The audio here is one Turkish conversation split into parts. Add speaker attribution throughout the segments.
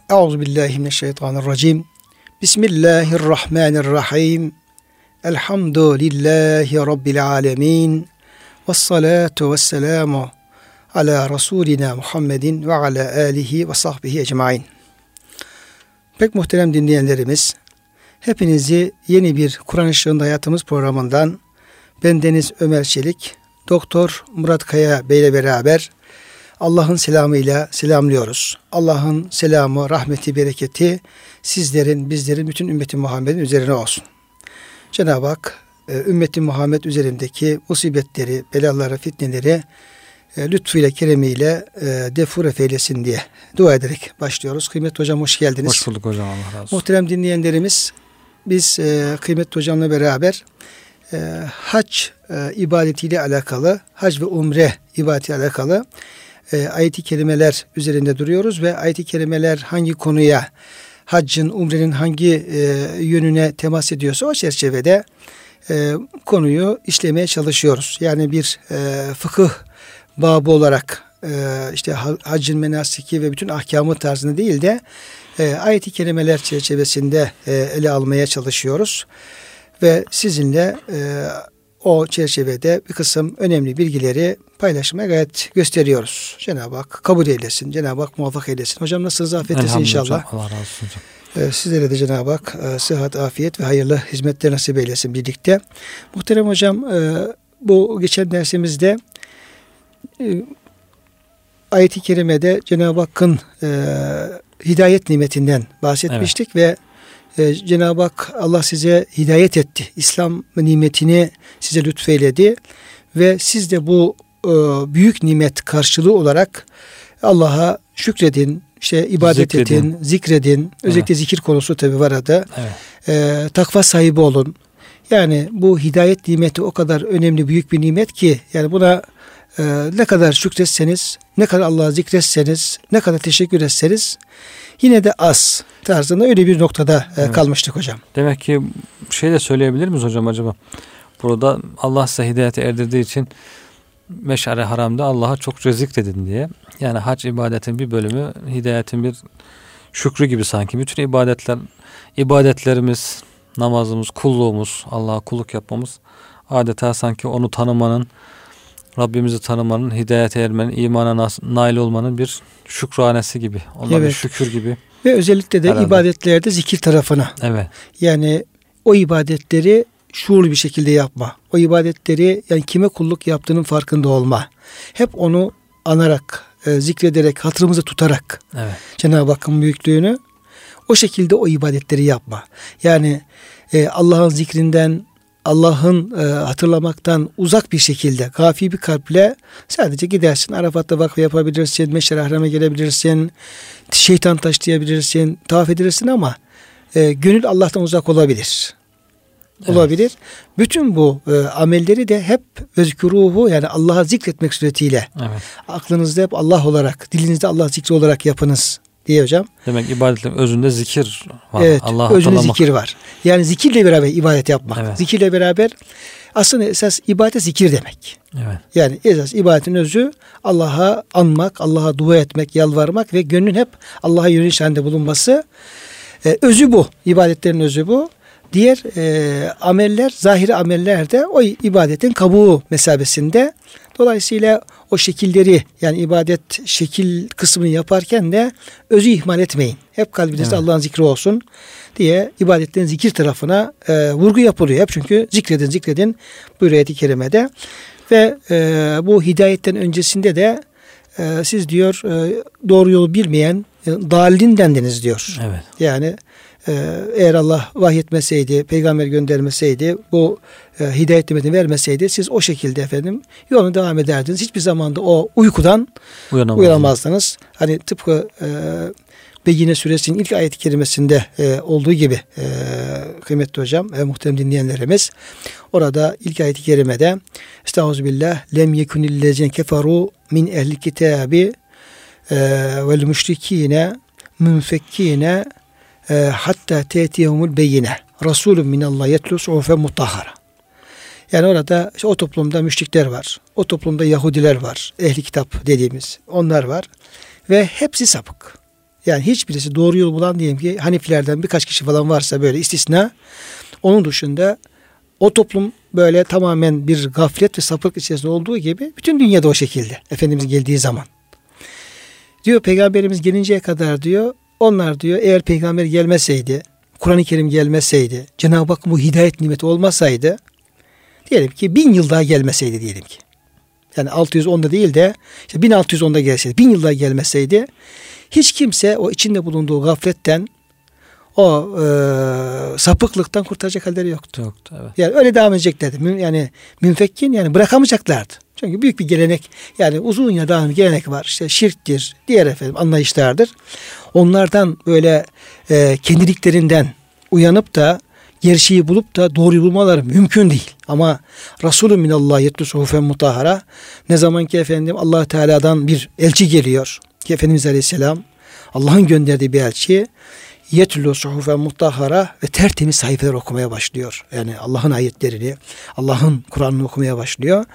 Speaker 1: Euzubillahimineşşeytanirracim. Bismillahirrahmanirrahim. Elhamdülillahi Rabbil alemin. Vessalatu vesselamu ala Resulina Muhammedin ve ala alihi ve sahbihi ecmain. Pek muhterem dinleyenlerimiz, hepinizi yeni bir Kur'an Işığında Hayatımız programından bendeniz Ömer Çelik, Doktor Murat Kaya Bey ile beraber Allah'ın selamıyla selamlıyoruz. Allah'ın selamı, rahmeti, bereketi sizlerin, bizlerin, bütün ümmeti Muhammed'in üzerine olsun. Cenab-ı Hak ümmeti Muhammed üzerindeki musibetleri, belaları, fitneleri lütfuyla, keremiyle defur eylesin diye dua ederek başlıyoruz. Kıymetli hocam, hoş geldiniz.
Speaker 2: Hoş bulduk hocam, Allah razı olsun.
Speaker 1: Muhterem dinleyenlerimiz, biz kıymetli hocamla beraber hac ibadetiyle alakalı, hac ve umre ibadetiyle alakalı ayet-i kerimeler üzerinde duruyoruz ve ayet-i kerimeler hangi konuya, haccın, umrenin hangi yönüne temas ediyorsa o çerçevede konuyu işlemeye çalışıyoruz. Yani bir fıkıh babı olarak işte haccın menasiki ve bütün ahkamı tarzında değil de ayet-i kerimeler çerçevesinde ele almaya çalışıyoruz. Ve sizinle o çerçevede bir kısım önemli bilgileri paylaşmaya gayret gösteriyoruz. Cenab-ı Hak kabul eylesin. Cenab-ı Hak muvaffak eylesin. Hocam nasılsınız? Afiyetlisiniz inşallah.
Speaker 2: Hocam, Allah razı olsun hocam.
Speaker 1: Sizlere de Cenab-ı Hak sıhhat, afiyet ve hayırlı hizmetler nasip eylesin birlikte. Muhterem hocam, bu geçen dersimizde ayet-i kerimede Cenab-ı Hakk'ın hidayet nimetinden bahsetmiştik ve Cenab-ı Hak, Allah size hidayet etti. İslam nimetini size lütfeyledi ve siz de bu büyük nimet karşılığı olarak Allah'a şükredin, işte ibadet edin, zikredin. Özellikle zikir konusu tabii var arada. Takva sahibi olun. Yani bu hidayet nimeti o kadar önemli, büyük bir nimet ki yani buna ne kadar şükretseniz, ne kadar Allah'a zikretseniz, ne kadar teşekkür etseniz yine de az tarzında öyle bir noktada kalmıştık hocam.
Speaker 2: Demek ki şey de söyleyebilir miyiz hocam acaba? Burada Allah size hidayete erdirdiği için Meş'are Haram'da Allah'a çok zikredin diye. Yani hac ibadetin bir bölümü hidayetin bir şükrü gibi sanki. Bütün ibadetlerimiz, namazımız, kulluğumuz, Allah'a kulluk yapmamız adeta sanki onu tanımanın, Rabbimizi tanımanın, hidayete ermenin, imana nail olmanın bir şükranesi gibi. Ondan bir şükür gibi.
Speaker 1: Ve özellikle de ibadetlerde zikir tarafına.
Speaker 2: Evet.
Speaker 1: Yani o ibadetleri şuurlu bir şekilde yapma. O ibadetleri yani kime kulluk yaptığının farkında olma. Hep onu anarak, zikrederek, hatırımızı tutarak Cenab-ı Hakk'ın büyüklüğünü o şekilde o ibadetleri yapma. Yani Allah'ın zikrinden, Allah'ın hatırlamaktan uzak bir şekilde, gafil bir kalple sadece gidersin. Arafat'ta vakfe yapabilirsin, Meş'are Haram'a gelebilirsin, şeytan taşlayabilirsin, tavaf edersin ama gönül Allah'tan uzak olabilir. Olabilir. Bütün bu amelleri de hep vezkuruhu, yani Allah'a zikretmek suretiyle aklınızda hep Allah olarak, dilinizde Allah zikri olarak yapınız diye hocam.
Speaker 2: Demek ibadetin özünde zikir var.
Speaker 1: Evet, özünde zikir var. Yani zikirle beraber ibadet yapmak.
Speaker 2: Evet.
Speaker 1: Zikirle beraber aslında esas ibadet zikir demek.
Speaker 2: Evet.
Speaker 1: Yani esas ibadetin özü Allah'a anmak, Allah'a dua etmek, yalvarmak ve gönlün hep Allah'a yöneliş halinde bulunması. Özü bu. İbadetlerin özü bu. Diğer ameller, zahiri ameller de o ibadetin kabuğu mesabesinde. Dolayısıyla o şekilleri, yani ibadet şekil kısmını yaparken de özü ihmal etmeyin. Hep kalbinizde Allah'ın zikri olsun diye ibadetlerin zikir tarafına vurgu yapılıyor. Hep çünkü zikredin buyuruyor ayet-i kerimede. Ve bu hidayetten öncesinde de siz diyor doğru yolu bilmeyen dallin dendiniz diyor.
Speaker 2: Evet.
Speaker 1: Yani eğer Allah vahyetmeseydi, peygamber göndermeseydi, bu hidayet nimetini vermeseydi siz o şekilde efendim yoluna devam ederdiniz. Hiçbir zamanda o uykudan uyanamazdınız. Hani tıpkı Beyyine suresinin ilk ayet-i kerimesinde olduğu gibi kıymetli hocam ve muhterem dinleyenlerimiz, orada ilk ayet-i kerimede Estağfirullah, lem yekunillezine keferu min ehli kitabi vel müşrikine münfekkine hatta te'tiyehumul beyine Resulun minallah yetlu suhufen mutahhara. Yani orada işte o toplumda müşrikler var. O toplumda Yahudiler var. Ehli kitap dediğimiz onlar var. Ve hepsi sapık. Yani hiçbirisi doğru yol bulan diyelim ki Hanefilerden birkaç kişi falan varsa böyle istisna. Onun dışında o toplum böyle tamamen bir gaflet ve sapık içerisinde olduğu gibi bütün dünyada o şekilde. Efendimiz geldiği zaman. Diyor Peygamberimiz gelinceye kadar diyor onlar diyor eğer peygamber gelmeseydi, Kur'an-ı Kerim gelmeseydi, Cenab-ı Hak bu hidayet nimeti olmasaydı diyelim ki 1000 yıl daha gelmeseydi diyelim ki. Yani 610'da değil de işte 1610'da gelseydi, 1000 yıl daha gelmeseydi hiç kimse o içinde bulunduğu gafletten o sapıklıktan kurtaracak halleri yoktu.
Speaker 2: Yoktu, evet.
Speaker 1: Yani öyle devam edeceklerdi. Yani münfekkin yani bırakamayacaklardı. Çünkü büyük bir gelenek yani uzun ya devam bir gelenek var. İşte şirktir, diğer anlayışlardır. Onlardan böyle kendiliklerinden uyanıp da gerçeği bulup da doğruyu bulmaları mümkün değil. Ama Resulü minallah yetlu suhufen mutahhara ne zaman ki Allah Teala'dan bir elçi geliyor ki Efendimiz Aleyhisselam Allah'ın gönderdiği bir elçi yetlu suhufen mutahhara ve tertemiz sayfeler okumaya başlıyor. Yani Allah'ın ayetlerini, Allah'ın Kur'an'ını okumaya başlıyor.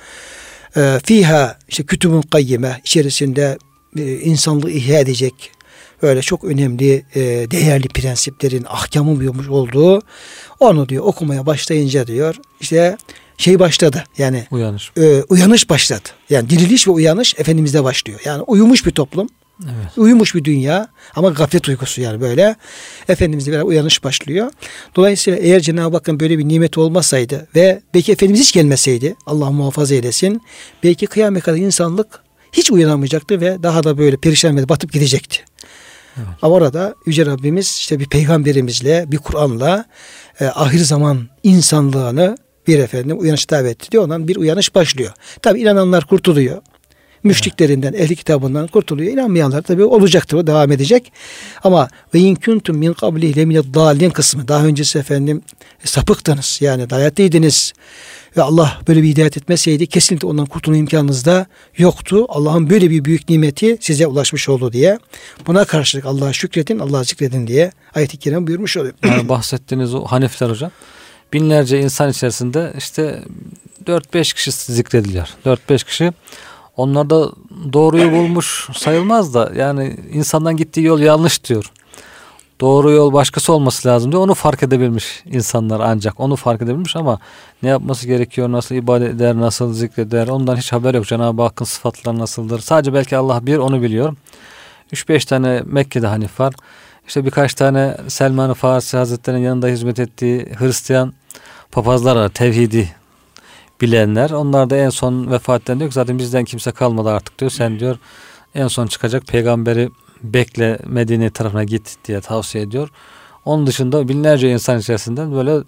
Speaker 1: Fiha işte kütübün kayyime içerisinde insanlığı ihya edecek böyle çok önemli değerli prensiplerin ahkamın buyurmuş olduğu onu diyor okumaya başlayınca diyor işte başladı yani uyanış başladı. Yani diriliş ve uyanış Efendimiz'de başlıyor. Yani uyumuş bir toplum. Evet. Uyumuş bir dünya ama gaflet uykusu yani böyle Efendimiz'de bir uyanış başlıyor. Dolayısıyla eğer Cenab-ı Hakk'ın böyle bir nimet olmasaydı ve belki Efendimiz hiç gelmeseydi Allah muhafaza eylesin belki kıyamet kadar insanlık hiç uyanamayacaktı ve daha da böyle perişan ve batıp gidecekti. Evet. Ama orada Yüce Rabbimiz işte bir peygamberimizle bir Kur'an'la ahir zaman insanlığını bir uyanış davet ediyor. Ondan bir uyanış başlıyor. Tabi inananlar kurtuluyor. Müşriklerinden, ehli kitabından kurtuluyor. İnanmayanlar tabi olacaktır. O devam edecek. Ama ve in kuntum min qablihi lemined-dallin kısmı. Daha öncesi sapıktınız. Yani dayatıydınız. Ve Allah böyle bir hidayet etmeseydi kesinlikle ondan kurtulma imkanınız da yoktu. Allah'ın böyle bir büyük nimeti size ulaşmış oldu diye. Buna karşılık Allah'a şükredin, Allah'a zikredin diye ayet-i kerime buyurmuş oluyor.
Speaker 2: Yani bahsettiğiniz o Hanefiler hocam. Binlerce insan içerisinde işte 4-5 kişi zikrediliyor. 4-5 kişi. Onlar da doğruyu bulmuş sayılmaz da yani insandan gittiği yol yanlış diyor. Doğru yol başkası olması lazım diyor. Onu fark edebilmiş insanlar ancak. Onu fark edebilmiş ama ne yapması gerekiyor, nasıl ibadet eder, nasıl zikreder ondan hiç haber yok. Cenab-ı Hakk'ın sıfatları nasıldır? Sadece belki Allah bir onu biliyor. 3-5 tane Mekke'de Hanif var. İşte birkaç tane Selman-ı Farisi Hazretleri'nin yanında hizmet ettiği Hristiyan papazlar var. Tevhidi bilenler. Onlar da en son vefat eden diyor ki zaten bizden kimse kalmadı artık diyor. Sen diyor en son çıkacak peygamberi bekle Medine tarafına git diye tavsiye ediyor. Onun dışında binlerce insan içerisinden böyle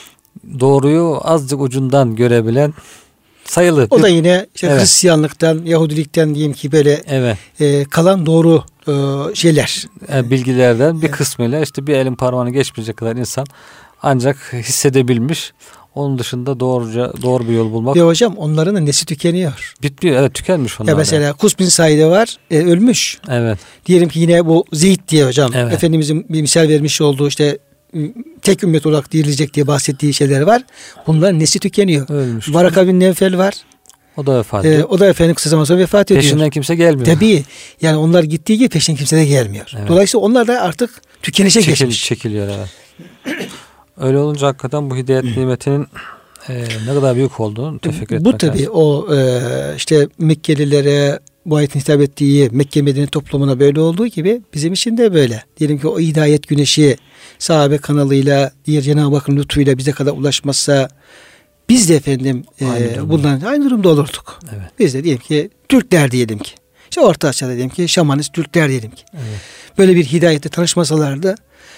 Speaker 2: doğruyu azıcık ucundan görebilen sayılı.
Speaker 1: O da yine işte Hristiyanlıktan, Yahudilikten diyeyim ki böyle kalan doğru şeyler.
Speaker 2: Bilgilerden bir kısmıyla işte bir elin parmağını geçmeyecek kadar insan ancak hissedebilmiş. Onun dışında doğru bir yol bulmak.
Speaker 1: Ya hocam onların da nesli tükeniyor.
Speaker 2: Bitmiyor. Evet tükenmiş onlar.
Speaker 1: Ya mesela Kus bin Said'e var ölmüş.
Speaker 2: Evet.
Speaker 1: Diyelim ki yine bu Zeyd diye hocam.
Speaker 2: Evet.
Speaker 1: Efendimizin bir misal vermiş olduğu işte tek ümmet olarak dirilecek diye bahsettiği şeyler var. Bunların nesli tükeniyor.
Speaker 2: Ölmüş.
Speaker 1: Varaka bin Nevfel var.
Speaker 2: O da vefat ediyor.
Speaker 1: O da efendim kısa zaman sonra vefat ediyor.
Speaker 2: Peşinden kimse gelmiyor.
Speaker 1: Tabii. Yani onlar gittiği gibi peşinden kimse de gelmiyor. Evet. Dolayısıyla onlar da artık tükenişe geçmiş.
Speaker 2: Çekiliyor evet. Öyle olunca hakikaten bu hidayet nimetinin ne kadar büyük olduğunu tefekkür etmek lazım. Bu tabii
Speaker 1: o işte Mekkelilere bu ayetin hitap ettiği Mekke Medine toplumuna böyle olduğu gibi bizim için de böyle. Diyelim ki o hidayet güneşi sahabe kanalıyla diğer Cenab-ı Hakk'ın lütfuyla bize kadar ulaşmazsa biz de bundan aynı durumda olurduk. Evet. Biz de diyelim ki Türkler diyelim ki. İşte Orta Asya'da diyelim ki şamanist Türkler diyelim ki. Evet. Böyle bir hidayette tanışmasalardı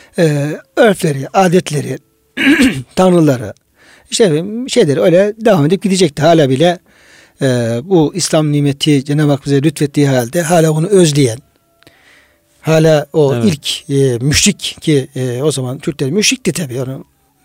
Speaker 1: örfleri, adetleri, tanrıları işte şeyleri öyle devam edip gidecekti. Hala bile bu İslam nimeti Cenab-ı Hak bize lütfettiği halde hala onu özleyen, hala o ilk müşrik ki o zaman Türkler müşrikti tabii onu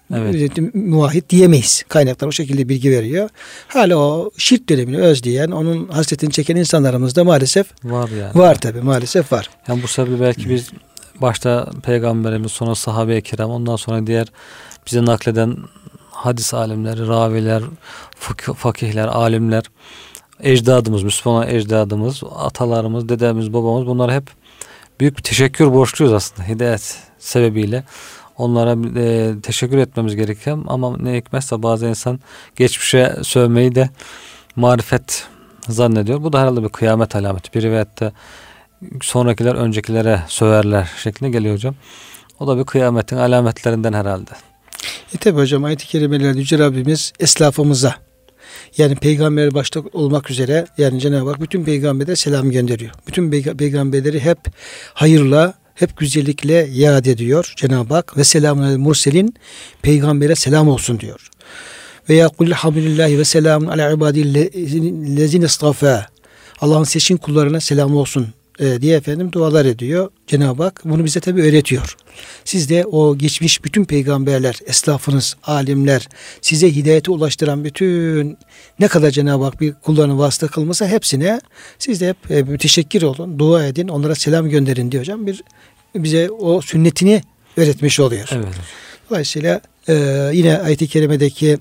Speaker 1: muvahhid diyemeyiz. Kaynaklar o şekilde bilgi veriyor. Hala o şirk dönemini özleyen, onun hasretini çeken insanlarımız da maalesef
Speaker 2: var yani.
Speaker 1: Var tabii maalesef var.
Speaker 2: Yani bu sebeple belki biz başta Peygamberimiz sonra sahabe-i kiram ondan sonra diğer bize nakleden hadis alimleri, raviler, fakihler, alimler, ecdadımız, Müslüman ecdadımız, atalarımız, dedemiz, babamız bunlar hep büyük bir teşekkür borçluyuz aslında hidayet sebebiyle. Onlara teşekkür etmemiz gerekiyor ama ne hikmetse bazı insan geçmişe sövmeyi de marifet zannediyor. Bu da herhalde bir kıyamet alameti. Bir rivayette sonrakiler öncekilere söverler şeklinde geliyor hocam. O da bir kıyametin alametlerinden herhalde.
Speaker 1: Tabi hocam, ayet-i kerimelerde Yüce Rabbimiz eslafımıza, yani peygamber başta olmak üzere, yani Cenab-ı Hak bütün peygamberlere selam gönderiyor. Bütün peygamberleri hep hayırla, hep güzellikle yad ediyor Cenab-ı Hak. Ve selamun alel murselin, peygambere selam olsun diyor. Veya kul elhamdülillahi ve selamun ala ibadillezine istafa, Allah'ın seçkin kullarına selam olsun diye dualar ediyor Cenab-ı Hak. Bunu bize tabi öğretiyor. Siz de o geçmiş bütün peygamberler, esnafınız, alimler, size hidayete ulaştıran bütün ne kadar Cenab-ı Hak bir kullarını vasıta kılmasa hepsine siz de hep müteşekkir olun, dua edin, onlara selam gönderin diyor hocam. Bize o sünnetini öğretmiş oluyor.
Speaker 2: Evet.
Speaker 1: Dolayısıyla yine ayet-i kerimedeki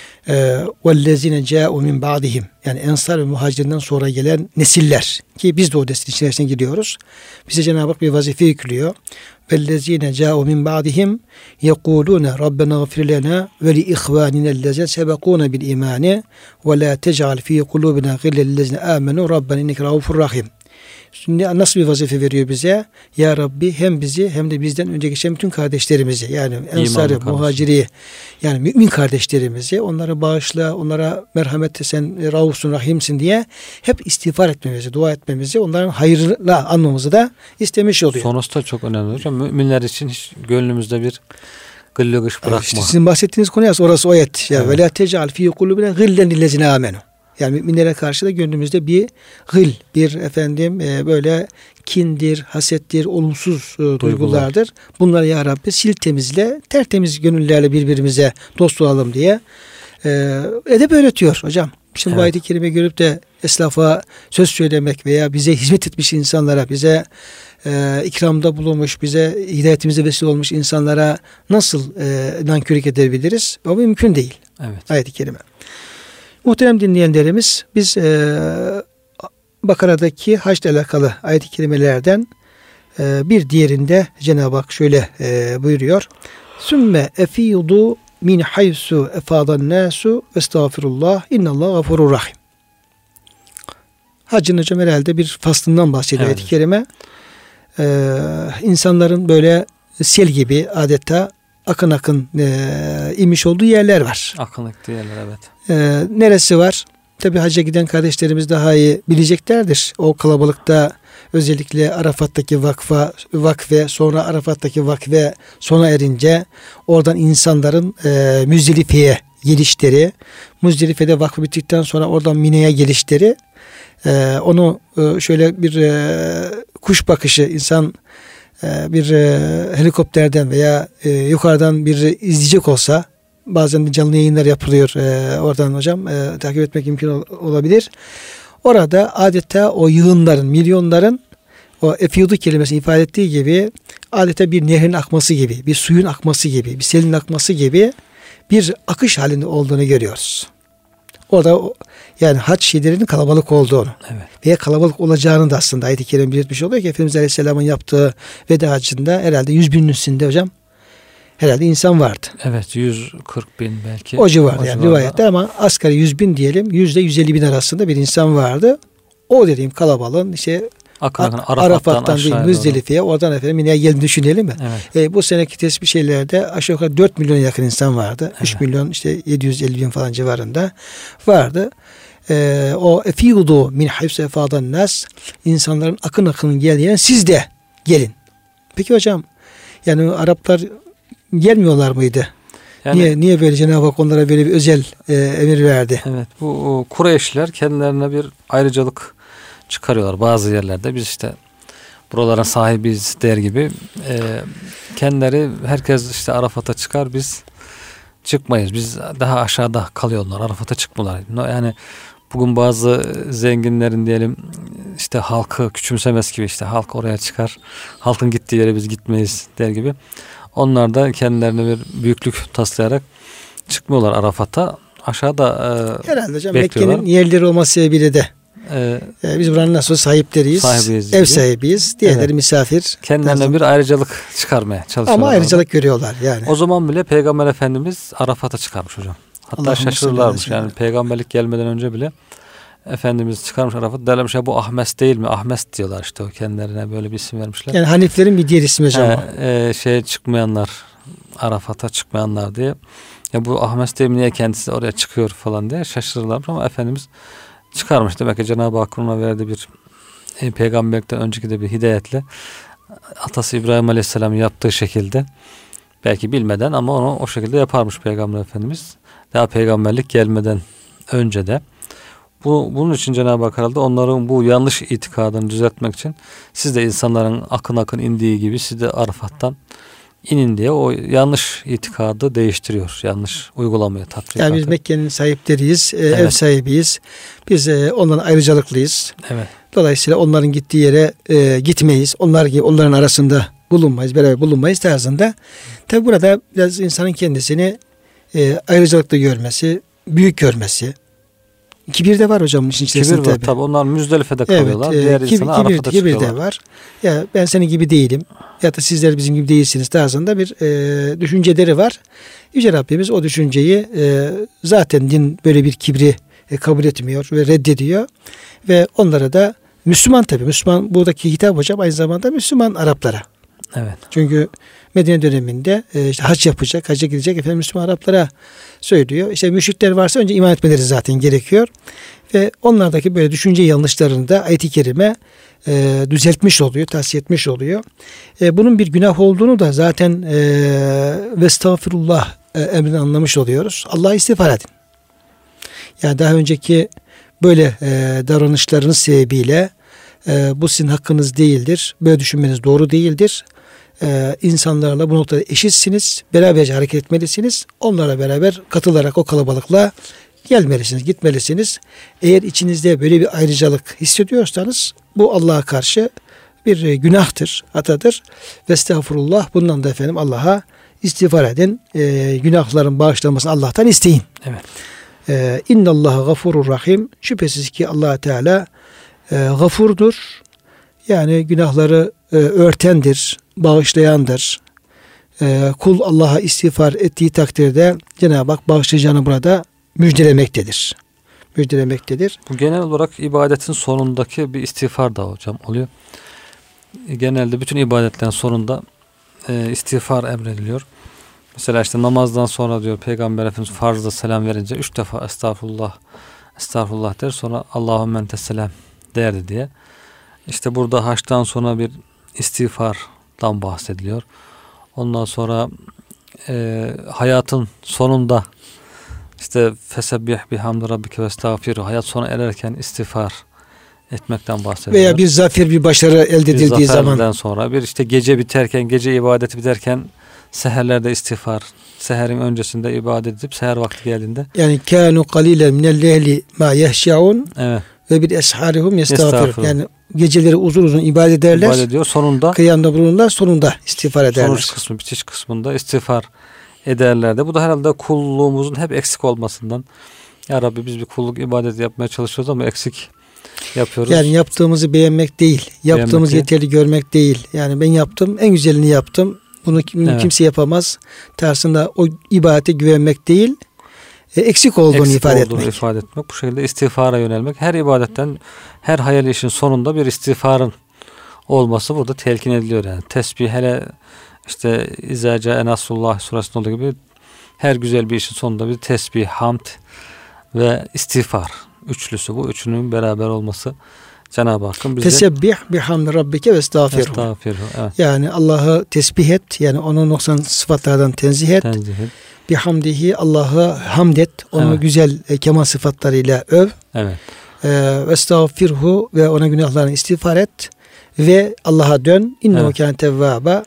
Speaker 1: وَالَّذِينَ جَاءُوا مِنْ بَعْدِهِمْ, yani Ensar ve Muhacir'den sonra gelen nesiller, ki biz de o neslin içerisine gidiyoruz. Bize Cenab-ı Hak bir vazife yüklüyor. وَالَّذِينَ جَاءُوا مِنْ بَعْدِهِمْ يَقُولُونَ رَبَّنَا غَفِرْ لَنَا وَلِإِخْوَانِنَا الَّذِينَ سَبَقُونَ بِالْإِيمَانِ وَلَا تَجْعَلْ فِي قُلُوبِنَا غِلًّا لِلَّذِينَ آمَنُوا رَبَّنَا إِنَّكَ رَءُوفٌ رَحِيمٌ. Şimdi nasıl bir vazife veriyor bize? Ya Rabbi, hem bizi hem de bizden önce geçen bütün kardeşlerimizi, yani Ensar'ı, Muhacir'i, yani mümin kardeşlerimizi, onları bağışla, onlara merhamet, sen Raufsun, Rahimsin diye hep istiğfar etmemizi, dua etmemizi, onların hayırla anmamızı da istemiş oluyor.
Speaker 2: Sonrası da çok önemli hocam. Müminler için hiç gönlümüzde bir gıllı gış bırakma.
Speaker 1: İşte sizin bahsettiğiniz konuya orası o ayet. Ya ve la tec'al fi kulubina gillen lillezine amenu. Yani müminlere karşı da gönlümüzde bir gıl, bir böyle kindir, hasettir, olumsuz duygulardır. Bunları ya Rabbi sil, temizle, tertemiz gönüllerle birbirimize dost olalım diye edep öğretiyor hocam. Şimdi bu ayet-i kerime görüp de eslafa söz söylemek veya bize hizmet etmiş insanlara, bize ikramda bulunmuş, bize hidayetimize vesile olmuş insanlara nasıl nankörlük edebiliriz? O mümkün değil.
Speaker 2: Evet.
Speaker 1: Ayet-i kerime. Muhterem dinleyenlerimiz, biz Bakara'daki haçla alakalı ayet-i kerimelerden bir diğerinde Cenab-ı Hak şöyle buyuruyor. Sümme efidu min haysu efadan nasu estağfirullah innallahu gafurur rahim. Haccın hocam herhalde bir faslından bahsediyor ayet-i kerime. İnsanların böyle sel gibi adeta akın akın inmiş olduğu yerler var.
Speaker 2: Akın aktığı yerler, evet.
Speaker 1: Neresi var? Tabi hacca giden kardeşlerimiz daha iyi bileceklerdir. O kalabalıkta özellikle Arafat'taki vakfe, sonra Arafat'taki vakfe sona erince oradan insanların Müzdelife'ye gelişleri, Müzdelife'de vakfı bittikten sonra oradan Mine'ye gelişleri, onu şöyle bir kuş bakışı, insan bir helikopterden veya yukarıdan bir izleyecek olsa, bazen de canlı yayınlar yapılıyor oradan hocam, takip etmek mümkün olabilir. Orada adeta o yığınların, milyonların, o efiudu kelimesi ifade ettiği gibi adeta bir nehrin akması gibi, bir suyun akması gibi, bir selin akması gibi bir akış halinde olduğunu görüyoruz. Orada yani hac şehirlerinin kalabalık olduğunu, evet, veya kalabalık olacağını da aslında ayet-i kerime belirtmiş oluyor ki Efendimiz Aleyhisselam'ın yaptığı veda hacında herhalde 100.000'in üstünde hocam herhalde insan vardı.
Speaker 2: Evet, 140 bin belki.
Speaker 1: O civarda yani rivayette, ama asgari 100.000 diyelim, %150.000 arasında bir insan vardı. O dediğim kalabalığın işte Arafat'tan değil Müzdelife'ye, oradan Mine'ye geldiğini düşünelim mi? Evet. Bu seneki tespit şeylerde aşağı yukarı 4 milyona yakın insan vardı. Evet. 3 milyon işte 750 bin falan civarında vardı. O efiudu min haysu efadan nas, insanların akın akın geldiğine siz de gelin. Peki hocam, yani Araplar gelmiyorlar mıydı? Yani, niye böyle Cenab-ı Hak onlara böyle bir özel emir verdi?
Speaker 2: Evet, bu Kureyşliler kendilerine bir ayrıcalık çıkarıyorlar bazı yerlerde. Biz işte buraların sahibiyiz der gibi kendileri, herkes işte Arafat'a çıkar, biz çıkmayız. Biz daha aşağıda kalıyorlar. Arafat'a çıkmıyorlar. Yani bugün bazı zenginlerin diyelim işte halkı küçümsemez gibi, işte halk oraya çıkar, halkın gittiği yere biz gitmeyiz der gibi. Onlar da kendilerine bir büyüklük taslayarak çıkmıyorlar Arafat'a. Aşağıda
Speaker 1: herhalde hocam Mekke'nin yerleri olması sebebiyle de Biz buranın nasıl sahipleriyiz,
Speaker 2: sahibiyiz
Speaker 1: ev
Speaker 2: gibi.
Speaker 1: sahibiyiz, diğerleri
Speaker 2: Evet.
Speaker 1: misafir.
Speaker 2: Kendilerine bir ayrıcalık çıkarmaya çalışıyorlar.
Speaker 1: Ama ayrıcalık görüyorlar yani.
Speaker 2: O zaman bile Peygamber Efendimiz Arafat'a çıkarmış hocam. Hatta
Speaker 1: Allah'ım
Speaker 2: şaşırırlarmış
Speaker 1: sallallahu aleyhi ve
Speaker 2: yani peygamberlik gelmeden önce bile Efendimiz çıkarmış Arafat. Derlermiş ya bu Ahmes değil mi? Ahmes diyorlar işte, o kendilerine böyle bir isim vermişler.
Speaker 1: Yani Haniflerin bir diğer ismi hocam.
Speaker 2: Çıkmayanlar, Arafat'a çıkmayanlar diye. Ya bu Ahmes değil mi, niye kendisi oraya çıkıyor falan diye şaşırırlarmış ama Efendimiz çıkarmış. Demek ki Cenab-ı Hakk'ın ona verdiği bir peygamberlikten önceki de bir hidayetle atası İbrahim Aleyhisselam yaptığı şekilde, belki bilmeden ama onu o şekilde yaparmış Peygamber Efendimiz. Daha peygamberlik gelmeden önce de. Bunun için Cenab-ı Hak herhalde onların bu yanlış itikadını düzeltmek için siz de insanların akın akın indiği gibi siz de Arafat'tan inin diye o yanlış itikadı değiştiriyor. Yanlış uygulamaya, tatbikatı.
Speaker 1: Yani biz Mekke'nin sahipleriyiz, ev sahibiyiz. Biz onların ayrıcalıklıyız.
Speaker 2: Evet.
Speaker 1: Dolayısıyla onların gittiği yere gitmeyiz. Onların arasında bulunmayız, beraber bulunmayız tarzında. Tabi burada biraz insanın kendisini ayrıcalıklı görmesi, büyük görmesi. Kibir de var hocam işin içerisinde.
Speaker 2: Kibir var tabi. Onlar Müzdelife'de kalıyorlar. Diğer insanlar Arafat'a
Speaker 1: kibir
Speaker 2: çıkıyorlar.
Speaker 1: de var. Ya ben senin gibi değilim. Ya da sizler bizim gibi değilsiniz tarzında bir düşünceleri var. Yüce Rabbimiz o düşünceyi zaten din böyle bir kibri kabul etmiyor ve reddediyor. Ve onlara da Müslüman tabi. Müslüman buradaki hitap hocam aynı zamanda Müslüman Araplara.
Speaker 2: Evet.
Speaker 1: Çünkü Medine döneminde işte hac yapacak, hacca gidecek efendim Müslüman Araplara söylüyor. İşte müşrikler varsa önce iman etmeleri zaten gerekiyor. Ve onlardaki böyle düşünce yanlışlarını da ayet-i kerime düzeltmiş oluyor, tavsiye etmiş oluyor. Bunun bir günah olduğunu da zaten Vestağfirullah emrini anlamış oluyoruz. Allah'a istiğfar edin. Yani daha önceki böyle davranışlarınız sebebiyle bu sizin hakkınız değildir. Böyle düşünmeniz doğru değildir. İnsanlarla bu noktada eşitsiniz. Beraberce hareket etmelisiniz. Onlarla beraber katılarak o kalabalıkla gelmelisiniz, gitmelisiniz. Eğer içinizde böyle bir ayrıcalık hissediyorsanız bu Allah'a karşı bir günahtır, hatadır. Vestağfurullah. Bundan da efendim Allah'a istiğfar edin. Günahların bağışlanmasını Allah'tan isteyin.
Speaker 2: Evet.
Speaker 1: İnnallâhe gafurur rahim. Şüphesiz ki Allah Teala gafurdur. Yani günahları örtendir, bağışlayandır. Kul Allah'a istiğfar ettiği takdirde Cenab-ı Hak bağışlayacağını burada müjdelemektedir.
Speaker 2: Bu genel olarak ibadetin sonundaki bir istiğfar da hocam oluyor. Genelde bütün ibadetlerin sonunda istiğfar emrediliyor. Mesela işte namazdan sonra diyor Peygamber Efendimiz farzda selam verince 3 defa estağfurullah der, sonra Allahümme entes selam derdi diye. İşte burada haçtan sonra bir istiğfardan bahsediliyor. Ondan sonra hayatın sonunda işte fesebbih bihamdi rabbike vestağfirhu, hayat sona ererken istiğfar etmekten bahsediliyor.
Speaker 1: Veya bir zafer, bir başarı elde edildiği zaman.
Speaker 2: Sonra bir işte gece biterken, gece ibadeti biterken seherlerde istiğfar, seherin öncesinde ibadet edip seher vakti geldiğinde.
Speaker 1: Yani kânu qalîlen minel leyli mâ yehşa'un ve bir esharihum yestağfirun. Yani geceleri uzun uzun ibadet ederler.
Speaker 2: İbadet ediyor. Sonunda
Speaker 1: kıyamda bulunurlar, sonunda istiğfar ederler.
Speaker 2: Sonuç kısmı, bitiş kısmında istiğfar ederler de. Bu da herhalde kulluğumuzun hep eksik olmasından. Ya Rabbi biz bir kulluk ibadeti yapmaya çalışıyoruz ama eksik yapıyoruz.
Speaker 1: Yani yaptığımızı beğenmek değil. Yaptığımız yeterli görmek değil. Yani ben yaptım, en güzelini yaptım. Bunu kimse yapamaz. Tersinde o ibadete güvenmek değil, eksik olduğunu ifade etmek.
Speaker 2: Bu şekilde istiğfara yönelmek. Her ibadetten, her hayal işin sonunda bir istiğfarın olması burada telkin ediliyor yani. Tesbih, hele işte İzâ câe Nasrullah suresinde olduğu gibi her güzel bir işin sonunda bir tesbih, hamd ve istiğfar üçlüsü, bu üçünün beraber olması Cenab-ı Hakk'ın bize
Speaker 1: Fesebbih bihamdi rabbike vestağfirhu.
Speaker 2: Evet.
Speaker 1: Yani Allah'ı tesbih et, yani onun noksan sıfatlardan tenzih et. Bihamdihi, Allah'ı hamd et, onu güzel kemal sıfatlarıyla öv.
Speaker 2: Evet.
Speaker 1: Vestağfirhu, ve ona günahlarını istiğfar et ve Allah'a dön. İnnehu kâne tevvâba.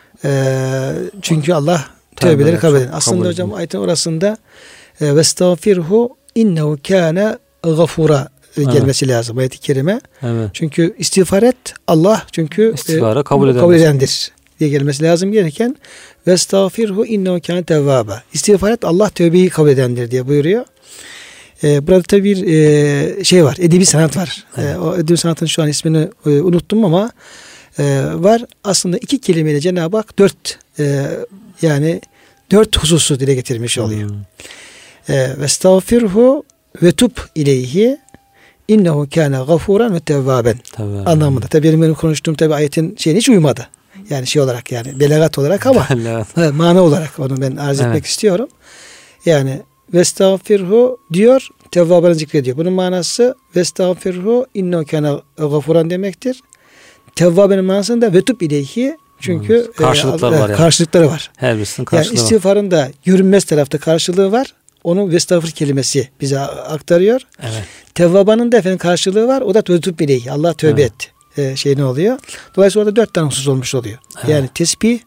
Speaker 1: Çünkü Allah tövbeleri kabul eder. Aslında hocam ayetin orasında vestağfirhu innehu kâne gafura gelmesi lazım ayet-i kerime.
Speaker 2: Evet.
Speaker 1: Çünkü istiğfar et, Allah çünkü
Speaker 2: istiğfarı kabul
Speaker 1: edendir diye gelmesi lazım gereken vestağfirhu innehu kâne tevvâba. İstiğfar et, Allah tövbeyi kabul edendir diye buyuruyor. Burada tabii bir şey var. Edebi sanat var.
Speaker 2: Evet.
Speaker 1: O edebi sanatın şu an ismini unuttum ama var. Aslında iki kelimeyle Cenab-ı Hak yani dört hususu dile getirmiş oluyor. Vestağfirhu ve tub ileyhi innehu kâne gafûran ve tevvâben anlamında. Tabii benim konuştuğum tabii ayetin şeyine hiç uymadı. Yani şey olarak yani belagat olarak ama mana olarak onu ben arz etmek istiyorum. Yani vestağfirhu diyor, tevvâben'i zikrediyor. Bunun manası vestağfirhu innehu kâne gafûran demektir. Tevvâben'in manasında ve tub ileyhi çünkü karşılıkları var.
Speaker 2: Her birisinin karşılığı
Speaker 1: yani istiğfarın da görünmez tarafta karşılığı var. Onu vestağfir kelimesi bize aktarıyor.
Speaker 2: Evet.
Speaker 1: Tevvabanın da efendim karşılığı var. O da tövbe ileyhi. Allah tövbe etti. Ne oluyor? Dolayısıyla orada 4 tane husus olmuş oluyor. Evet. Yani tesbih,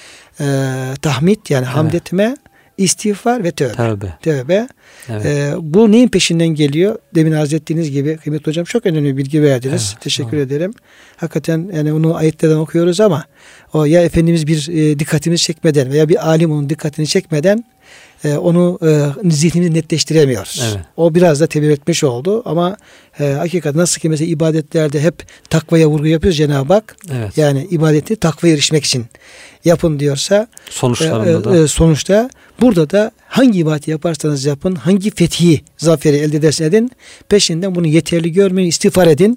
Speaker 1: tahmid yani hamd etme, istiğfar ve tövbe. Evet. Bu neyin peşinden geliyor? Demin arz ettiğiniz gibi kıymetli hocam çok önemli bir bilgi verdiniz. Evet, teşekkür ederim. Hakikaten yani onu ayetlerden okuyoruz ama o ya Efendimiz bir dikkatimizi çekmeden veya bir alim onun dikkatini çekmeden onu zihnimizi netleştiremiyoruz. Evet. O biraz da tebir etmiş oldu ama hakikaten nasıl ki mesela ibadetlerde hep takvaya vurgu yapıyoruz Cenab-ı Hak. Evet. Yani ibadeti takvaya erişmek için yapın diyorsa sonuçta burada da hangi ibadeti yaparsanız yapın, hangi fethi, zaferi elde ederseniz edin, peşinden bunu yeterli görmeyin, istiğfar edin.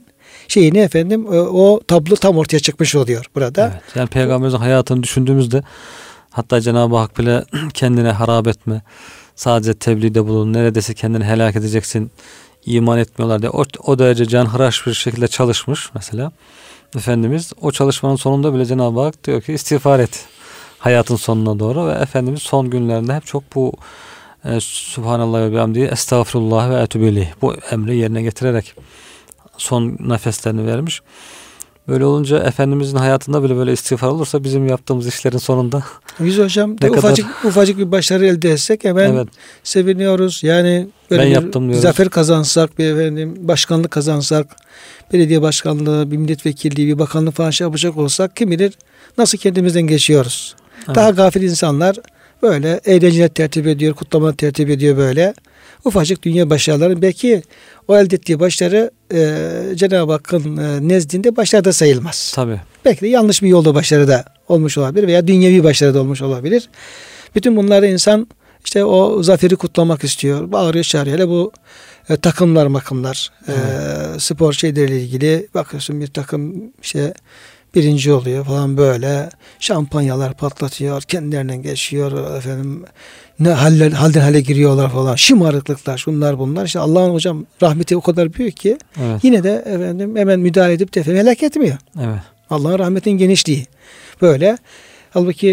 Speaker 1: O tablo tam ortaya çıkmış oluyor burada. Evet.
Speaker 2: Yani Peygamberimizin hayatını düşündüğümüzde hatta Cenab-ı Hak bile kendine harap etme, sadece tebliğde bulun, neredeyse kendini helak edeceksin, iman etmiyorlar diye o derece canhıraş bir şekilde çalışmış mesela. Efendimiz o çalışmanın sonunda bile Cenab-ı Hak diyor ki istiğfar et hayatın sonuna doğru ve Efendimiz son günlerinde hep çok bu Subhanallah ve bihamdihi estağfurullah ve etûbü ileyh bu emri yerine getirerek son nefeslerini vermiş. Böyle olunca Efendimizin hayatında bile böyle istiğfar olursa bizim yaptığımız işlerin sonunda
Speaker 1: biz hocam ufacık bir başarı elde etsek hemen seviniyoruz. Yani böyle bir zafer kazansak, bir başkanlık kazansak, belediye başkanlığı, bir milletvekilliği, bir bakanlık falan şey yapacak olsak kim bilir nasıl kendimizden geçiyoruz. Evet. Daha gafil insanlar böyle eğlenceler tertip ediyor, kutlamalar tertip ediyor böyle. Ufacık dünya başarıları belki o elde ettiği başarı Cenab-ı Hakk'ın nezdinde başarıda sayılmaz.
Speaker 2: Tabii.
Speaker 1: Belki de yanlış bir yolda başarıda olmuş olabilir veya dünyevi başarıda olmuş olabilir. Bütün bunları insan işte o zaferi kutlamak istiyor. Bağırıyor çağırıyor. Hele bu takımlar, spor şeyleriyle ilgili bakıyorsun bir takım birinci oluyor falan böyle. Şampanyalar patlatıyor. Kendilerinden geçiyor efendim. Ne halden hale giriyorlar falan. Şımarıklıklar, şunlar bunlar. İşte Allah'ın hocam rahmeti o kadar büyük ki yine de efendim hemen müdahale edip de efendim helak etmiyor.
Speaker 2: Evet.
Speaker 1: Allah'ın rahmetinin genişliği. Böyle. Halbuki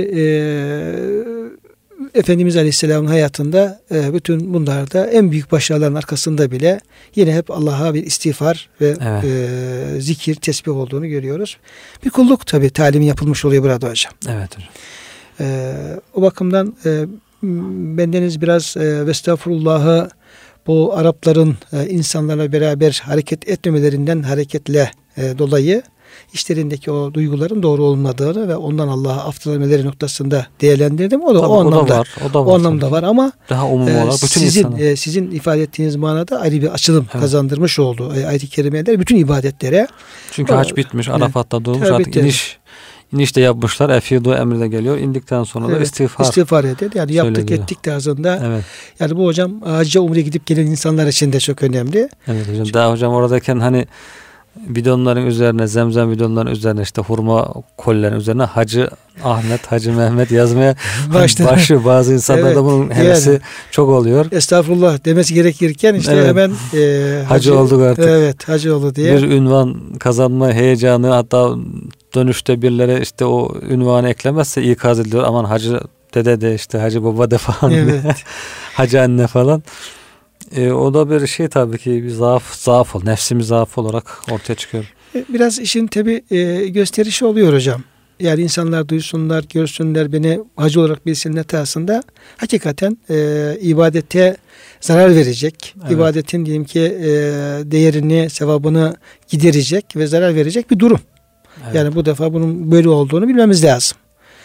Speaker 1: Efendimiz Aleyhisselam'ın hayatında bütün bunlarda en büyük başarıların arkasında bile yine hep Allah'a bir istiğfar ve zikir, tesbih olduğunu görüyoruz. Bir kulluk tabii talimi yapılmış oluyor burada hocam.
Speaker 2: Evet hocam.
Speaker 1: O bakımdan bendeniz biraz Vestağfurullah'ı bu Arapların insanlarla beraber hareket etmemelerinden hareketle dolayı işlerindeki o duyguların doğru olmadığını ve ondan Allah'a af dilemeleri noktasında değerlendirdim. O anlamda var ama
Speaker 2: daha umum olarak bütün
Speaker 1: sizin ifade ettiğiniz manada ayrı bir açılım kazandırmış oldu ayet-i kerimeler bütün ibadetlere.
Speaker 2: Çünkü hac bitmiş, Arafat'ta durmuş, artık iniş de yapmışlar. Efidu emri de geliyor. İndikten sonra da
Speaker 1: istiğfar eder. Yani yaptık ettik tarzında. Evet. Yani bu hocam hacca umreye gidip gelen insanlar için de çok önemli.
Speaker 2: Evet hocam. Çünkü daha hocam oradayken hani bidonların üzerine, zemzem bidonların üzerine işte hurma kolilerin üzerine Hacı Ahmet, Hacı Mehmet yazmaya başlıyor. Bazı insanlarda bunun hevesi çok oluyor.
Speaker 1: Estağfurullah demesi gerekirken işte hemen
Speaker 2: hacı olduk artık.
Speaker 1: Evet, hacı oldu diye.
Speaker 2: Bir ünvan kazanma heyecanı, hatta dönüşte birileri işte o ünvanı eklemezse ikaz ediliyor. Aman hacı dede de işte hacı baba de falan. Evet. Hacı anne falan. O da bir şey tabii ki bir zaaf nefsimiz zaaf olarak ortaya çıkıyor.
Speaker 1: Biraz işin tabii gösterişi oluyor hocam. Yani insanlar duysunlar, görsünler, beni hacı olarak bilsinler tarzında hakikaten ibadete zarar verecek. Evet. İbadetin diyelim ki değerini, sevabını giderecek ve zarar verecek bir durum. Evet. Yani bu defa bunun böyle olduğunu bilmemiz lazım.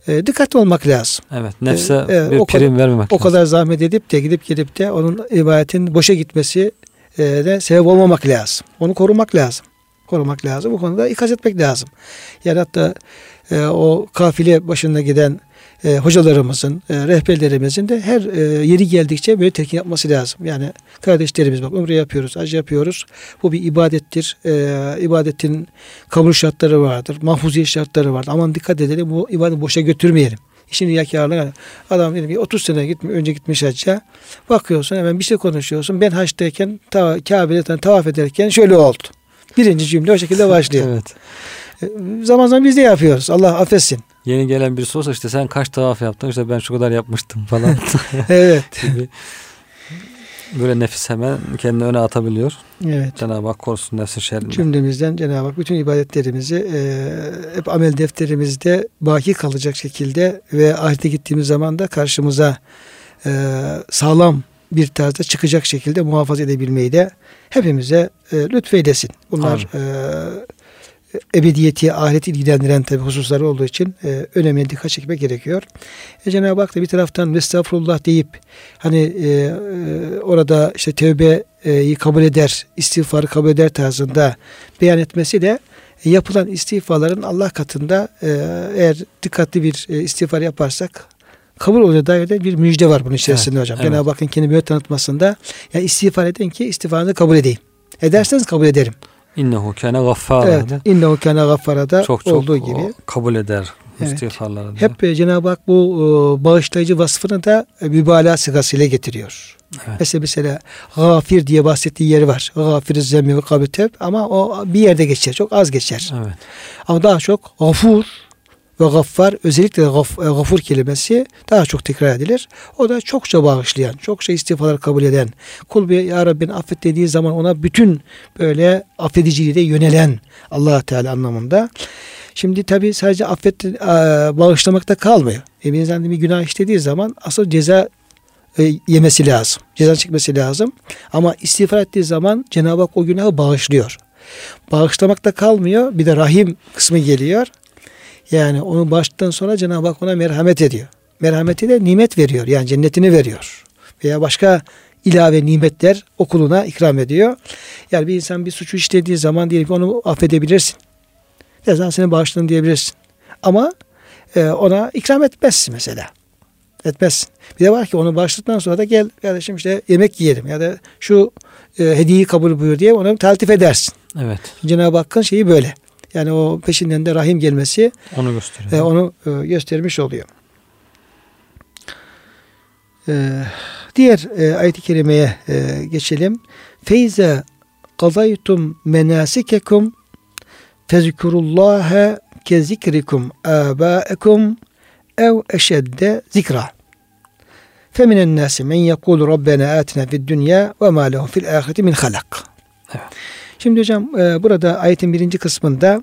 Speaker 1: dikkatli olmak lazım.
Speaker 2: Evet, nefse bir prim vermemek
Speaker 1: lazım. O kadar zahmet edip de gidip gelip de onun ibadetin boşa gitmesi de sebep olmamak lazım. Onu korumak lazım. Korumak lazım. Bu konuda ikaz etmek lazım. Yani hatta o kafile başında giden hocalarımızın, rehberlerimizin de her yeri geldikçe böyle telkin yapması lazım. Yani kardeşlerimiz bak umre yapıyoruz, hac yapıyoruz. Bu bir ibadettir. İbadetin kabul şartları vardır. Mahfuziyet şartları vardır. Aman dikkat edelim, bu ibadeti boşa götürmeyelim. İşin riyakarlığı. Adam diyelim ki 30 sene önce gitmiş hacca. Bakıyorsun hemen bir şey konuşuyorsun. Ben haçtayken Kabe'de tavaf ederken şöyle oldu. Birinci cümle o şekilde başlıyor.
Speaker 2: Evet.
Speaker 1: Zaman zaman biz de yapıyoruz. Allah affetsin.
Speaker 2: Yeni gelen birisi olsa işte sen kaç tavaf yaptın? İşte ben şu kadar yapmıştım falan.
Speaker 1: Evet.
Speaker 2: gibi. Böyle nefis hemen kendini öne atabiliyor.
Speaker 1: Evet.
Speaker 2: Cenab-ı Hak korusun nefsin şerrinden.
Speaker 1: Cümlemizden Cenab-ı Hak bütün ibadetlerimizi hep amel defterimizde baki kalacak şekilde ve ahirete gittiğimiz zaman da karşımıza sağlam bir tarzda çıkacak şekilde muhafaza edebilmeyi de hepimize lütfeylesin. Bunlar ebediyeti, ahireti ilgilendiren tabi hususları olduğu için önemli dikkat çekmek gerekiyor. Cenab-ı Hak da bir taraftan estağfurullah deyip hani orada işte tövbeyi kabul eder, istiğfarı kabul eder tarzında beyan etmesi de yapılan istiğfarların Allah katında eğer dikkatli bir istiğfar yaparsak kabul olacağı dair de bir müjde var bunun içerisinde, evet, hocam. Evet. Cenab-ı Hakk'ın kendini böyle tanıtmasında ya istiğfar edin ki istiğfarını kabul edeyim. Ederseniz kabul ederim.
Speaker 2: İnnehu kâne gaffâra.
Speaker 1: Evet. İnnehu kâne gaffâra da
Speaker 2: çok
Speaker 1: olduğu gibi.
Speaker 2: Kabul eder
Speaker 1: istiğfarları. Evet. Hep Cenab-ı Hak bu bağışlayıcı vasfını da mübalağa sigasıyla getiriyor. Evet. Mesela gafir diye bahsettiği yeri var. Gafir-i zemmi ve kabiteb, ama o bir yerde geçer. Çok az geçer. Evet. Ama daha çok gafur ve gaffar, özellikle gafur kelimesi daha çok tekrar edilir. O da çokça bağışlayan, çokça istiğfarlar kabul eden, kul bir ya Rabbin affet dediği zaman ona bütün böyle affediciliğe de yönelen Allah Teala anlamında. Şimdi tabi sadece bağışlamakta kalmıyor. Bir insan bir günah işlediği zaman asıl ceza yemesi lazım. Ceza çekmesi lazım. Ama istiğfar ettiği zaman Cenab-ı Hak o günahı bağışlıyor. Bağışlamakta kalmıyor. Bir de rahim kısmı geliyor. Yani onu bağışladıktan sonra Cenab-ı Hak ona merhamet ediyor. Merhameti de nimet veriyor. Yani cennetini veriyor. Veya başka ilave nimetler o kuluna ikram ediyor. Yani bir insan bir suçu işlediği zaman diyelim ki onu affedebilirsin. Ne zaman seni bağışladın diyebilirsin. Ama ona ikram etmezsin mesela. Etmezsin. Bir de var ki onu bağışladıktan sonra da gel kardeşim işte yemek yiyelim ya da şu hediyeyi kabul buyur diye ona taltif edersin.
Speaker 2: Evet.
Speaker 1: Cenab-ı Hakk'ın şeyi böyle. Yani o peşinden de rahim gelmesi
Speaker 2: onu gösteriyor.
Speaker 1: Onu göstermiş oluyor. Diğer ayet-i kerimeye geçelim. Feyze qadaytum menasikekum fezkurullaha kezikrikum abâekum ev eşedde zikra. Feminen nâsi men yekûlu rabbena âtina fid dünya ve mâ lehu fil âhireti min halak. Evet. Şimdi hocam burada ayetin birinci kısmında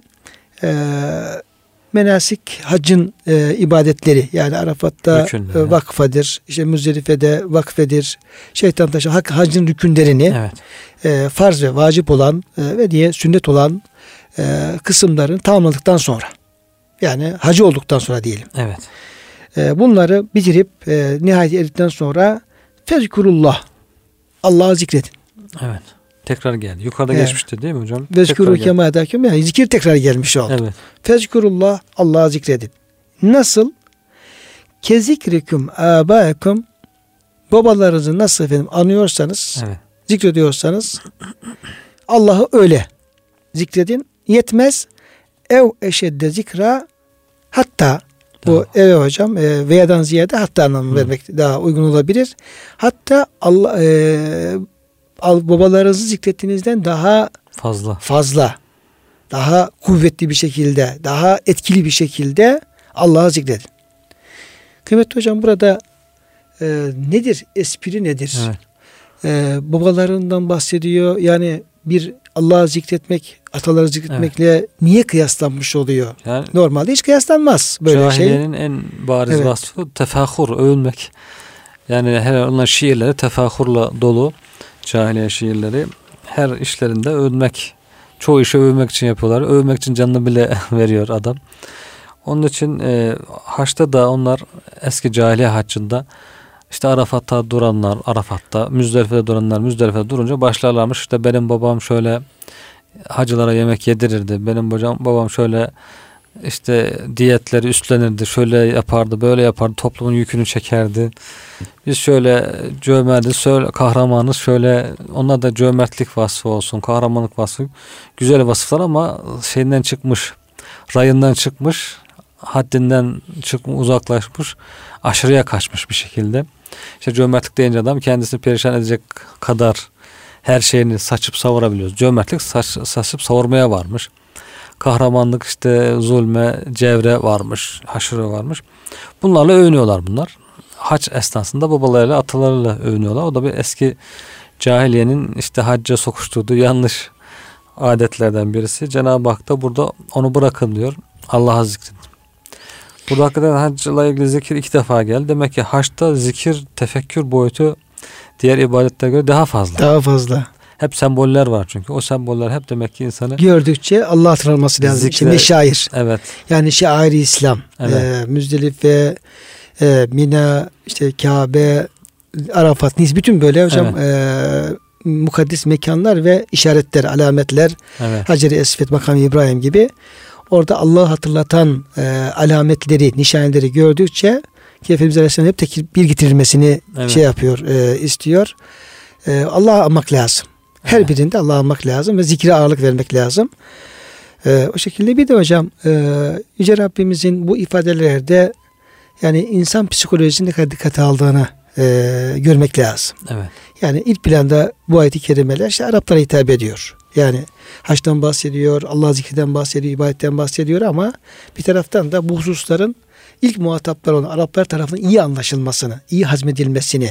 Speaker 1: menasik haccın ibadetleri, yani Arafat'ta vakfedir, işte Müzdelife'de vakfedir, şeytan taşı haccın rükünlerini, evet, farz ve vacip olan ve diye sünnet olan kısımların tamamladıktan sonra, yani hacı olduktan sonra diyelim.
Speaker 2: Evet.
Speaker 1: Bunları bitirip nihayet erdikten sonra fezkurullah, Allah'ı zikredin.
Speaker 2: Evet. Tekrar geldi. Yukarıda geçmişti değil mi hocam?
Speaker 1: Vezkuru kema edâküm, yani zikir tekrar gelmiş oldu. Evet. Fezkurullah, Allah'ı zikredin. Nasıl? Kezikrikum âbâekum, babalarınızı nasıl efendim anıyorsanız, evet, zikrediyorsanız Allah'ı öyle zikredin. Yetmez. Ev eşedde zikra, hatta bu evet hocam veya'dan ziyade hatta anlamı vermek daha uygun olabilir. Hatta Allah babalarınızı zikrettiğinizden daha fazla, daha kuvvetli bir şekilde, daha etkili bir şekilde Allah'ı zikredin. Kıymetli hocam, burada nedir? Espri nedir? Evet. Babalarından bahsediyor. Yani bir Allah'ı zikretmek, ataları zikretmekle evet, niye kıyaslanmış oluyor? Yani, normalde hiç kıyaslanmaz böyle şey.
Speaker 2: Cahiliyenin en bariz vasfı tefahur, övünmek. Yani her onlar şiirleri tefahurla dolu. Cahiliye şiirleri her işlerinde övünmek. Çoğu işi övünmek için yapıyorlar. Övünmek için canını bile veriyor adam. Onun için haçta da onlar eski cahiliye haccında işte Arafat'ta duranlar, Arafat'ta, Müzdelife'de duranlar, Müzdelife'de durunca başlarlarmış. İşte benim babam şöyle hacılara yemek yedirirdi. Benim babam şöyle işte diyetleri üstlenirdi. Şöyle yapardı, böyle yapardı. Toplumun yükünü çekerdi. Biz şöyle cömertiz, şöyle kahramanız, şöyle onlar da cömertlik vasfı olsun, kahramanlık vasfı. Güzel vasıflar ama şeyinden çıkmış, rayından çıkmış, haddinden çıkmış, uzaklaşmış, aşırıya kaçmış bir şekilde. İşte cömertlik deyince adam kendisini perişan edecek kadar her şeyini saçıp savurabiliyoruz. Cömertlik saçıp savurmaya varmış. Kahramanlık işte zulme, cevre varmış, haşırı varmış. Bunlarla övünüyorlar bunlar. Hac esnasında babalarıyla, atalarıyla övünüyorlar. O da bir eski cahiliyenin işte hacca sokuşturduğu yanlış adetlerden birisi. Cenab-ı Hak da burada onu bırakın diyor. Allah'a zikredin. Burada hakikaten hacla ilgili zikir 2 defa geldi. Demek ki haçta zikir, tefekkür boyutu diğer ibadetlere göre daha fazla.
Speaker 1: Daha fazla.
Speaker 2: Hep semboller var çünkü. O semboller hep demek ki insanı
Speaker 1: gördükçe Allah hatırlaması lazım.
Speaker 2: zikre,
Speaker 1: İşte meşair.
Speaker 2: Evet.
Speaker 1: Yani şair-i İslam.
Speaker 2: Evet.
Speaker 1: Müzdelife, Mina, işte Kabe, Arafat, Niz, bütün böyle hocam mukaddes mekanlar ve işaretler, alametler,
Speaker 2: Evet.
Speaker 1: Hacer-i Esved, Makam-ı İbrahim gibi orada Allah'ı hatırlatan alametleri, nişaneleri gördükçe ki Efendimiz Aleyhisselam hep tekbir getirilmesini
Speaker 2: Evet.
Speaker 1: yapıyor, istiyor. Allah'ı anmak lazım. Her
Speaker 2: Evet.
Speaker 1: birinde Allah'ı anmak lazım ve zikre ağırlık vermek lazım. O şekilde bir de hocam Yüce Rabbimizin bu ifadelerde yani insan psikolojisini ne kadar dikkate aldığını görmek lazım.
Speaker 2: Evet.
Speaker 1: Yani ilk planda bu ayet-i kerimeler işte Araplara hitap ediyor. Yani haçtan bahsediyor, Allah zikrinden bahsediyor, ibadetten bahsediyor ama bir taraftan da bu hususların ilk muhatapları olan Araplar tarafından iyi anlaşılmasını, iyi hazmedilmesini